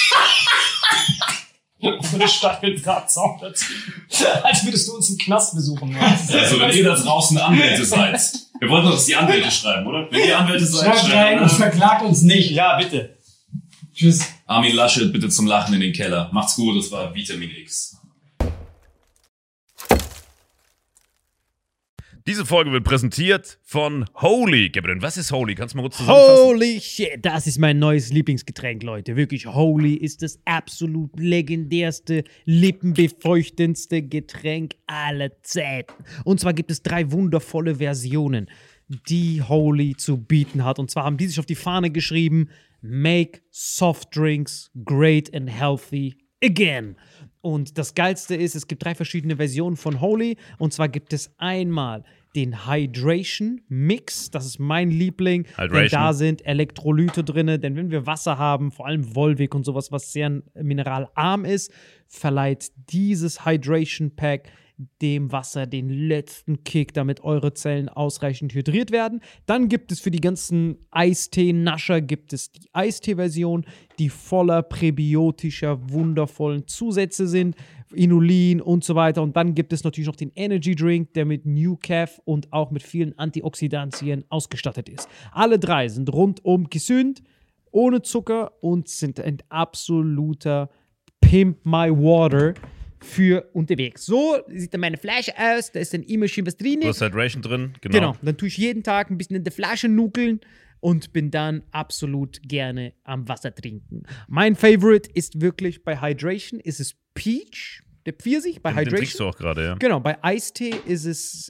Ohne Stacheldrahtzaun dazwischen. Als würdest du uns im Knast besuchen. Also wenn ihr da draußen Anwälte seid. Wir wollten doch, dass die Anwälte schreiben, oder? Wenn ihr Anwälte seid, Schreibt rein und schreibt verklagt uns nicht. Ja, bitte. Tschüss. Armin Laschet bitte zum Lachen in den Keller. Macht's gut, das war Vitamin X. Diese Folge wird präsentiert von Holy. Gabriel, was ist Holy? Kannst du mal kurz zusammenfassen? Holy shit, das ist mein neues Lieblingsgetränk, Leute. Wirklich, Holy ist das absolut legendärste, lippenbefeuchtendste Getränk aller Zeiten. Und zwar gibt es 3 wundervolle Versionen, die Holy zu bieten hat. Und zwar haben die sich auf die Fahne geschrieben: Make soft drinks great and healthy again. Und das Geilste ist, es gibt 3 verschiedene Versionen von Holy. Und zwar gibt es einmal den Hydration Mix. Das ist mein Liebling. Denn da sind Elektrolyte drin. Denn wenn wir Wasser haben, vor allem Volvic und sowas, was sehr mineralarm ist, verleiht dieses Hydration Pack dem Wasser den letzten Kick, damit eure Zellen ausreichend hydriert werden. Dann gibt es für die ganzen Eistee-Nascher gibt es die Eistee-Version, die voller präbiotischer, wundervollen Zusätze sind, Inulin und so weiter. Und dann gibt es natürlich noch den Energy Drink, der mit New Caf und auch mit vielen Antioxidantien ausgestattet ist. Alle 3 sind rundum gesund, ohne Zucker und sind ein absoluter Pimp My Water für unterwegs. So sieht dann meine Flasche aus, da ist dann immer schön was drin. Du hast Hydration drin, Genau, dann tue ich jeden Tag ein bisschen in der Flasche nuckeln und bin dann absolut gerne am Wasser trinken. Mein Favorite ist wirklich bei Hydration, ist es Peach, der Pfirsich bei Den Hydration. trinkst du auch gerade, ja. Genau, bei Eistee ist es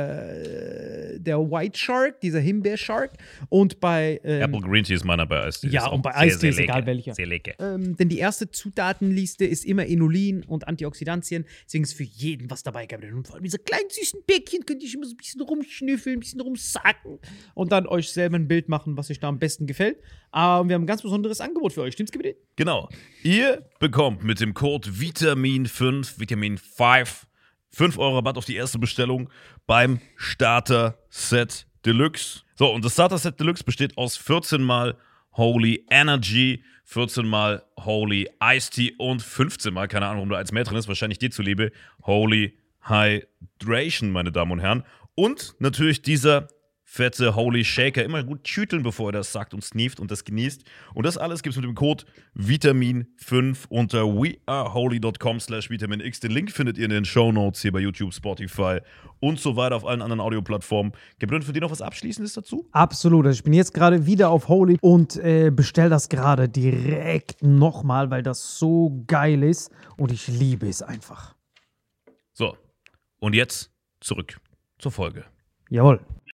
der White Shark, dieser Himbeer-Shark. Und bei Apple Green Tea ist meiner bei Eistee. ja, Ist und auch bei sehr, Eistee sehr ist egal lecker. welcher. Sehr lecker. Denn die erste Zutatenliste ist immer Inulin und Antioxidantien. Deswegen ist für jeden was dabei, Gabriel. Und vor allem diese kleinen süßen Bäckchen könnt ihr immer so ein bisschen rumschnüffeln, ein bisschen rumsacken und dann euch selber ein Bild machen, was euch da am besten gefällt. Aber wir haben ein ganz besonderes Angebot für euch. Stimmt's, Gabriel? Genau. Ihr bekommt mit dem Code Vitamin5, Vitamin 5 Euro Rabatt auf die erste Bestellung beim Starter Set Deluxe. So, und das Starter Set Deluxe besteht aus 14 mal Holy Energy, 14 mal Holy Iced Tea und 15 mal, keine Ahnung, warum da eins mehr drin ist, wahrscheinlich dir zuliebe, Holy Hydration, meine Damen und Herren. Und natürlich dieser fette Holy Shaker. Immer gut schütteln, bevor er das sagt und sneeft und das genießt. Und das alles gibt es mit dem Code Vitamin5 unter weareholy.com/vitaminx. Den Link findet ihr in den Shownotes hier bei YouTube, Spotify und so weiter auf allen anderen Audioplattformen. Gabriel, für dich noch was Abschließendes dazu? Absolut. Also ich bin jetzt gerade wieder auf Holy und bestell das gerade direkt nochmal, weil das so geil ist und ich liebe es einfach. So, und jetzt zurück zur Folge. Jawohl.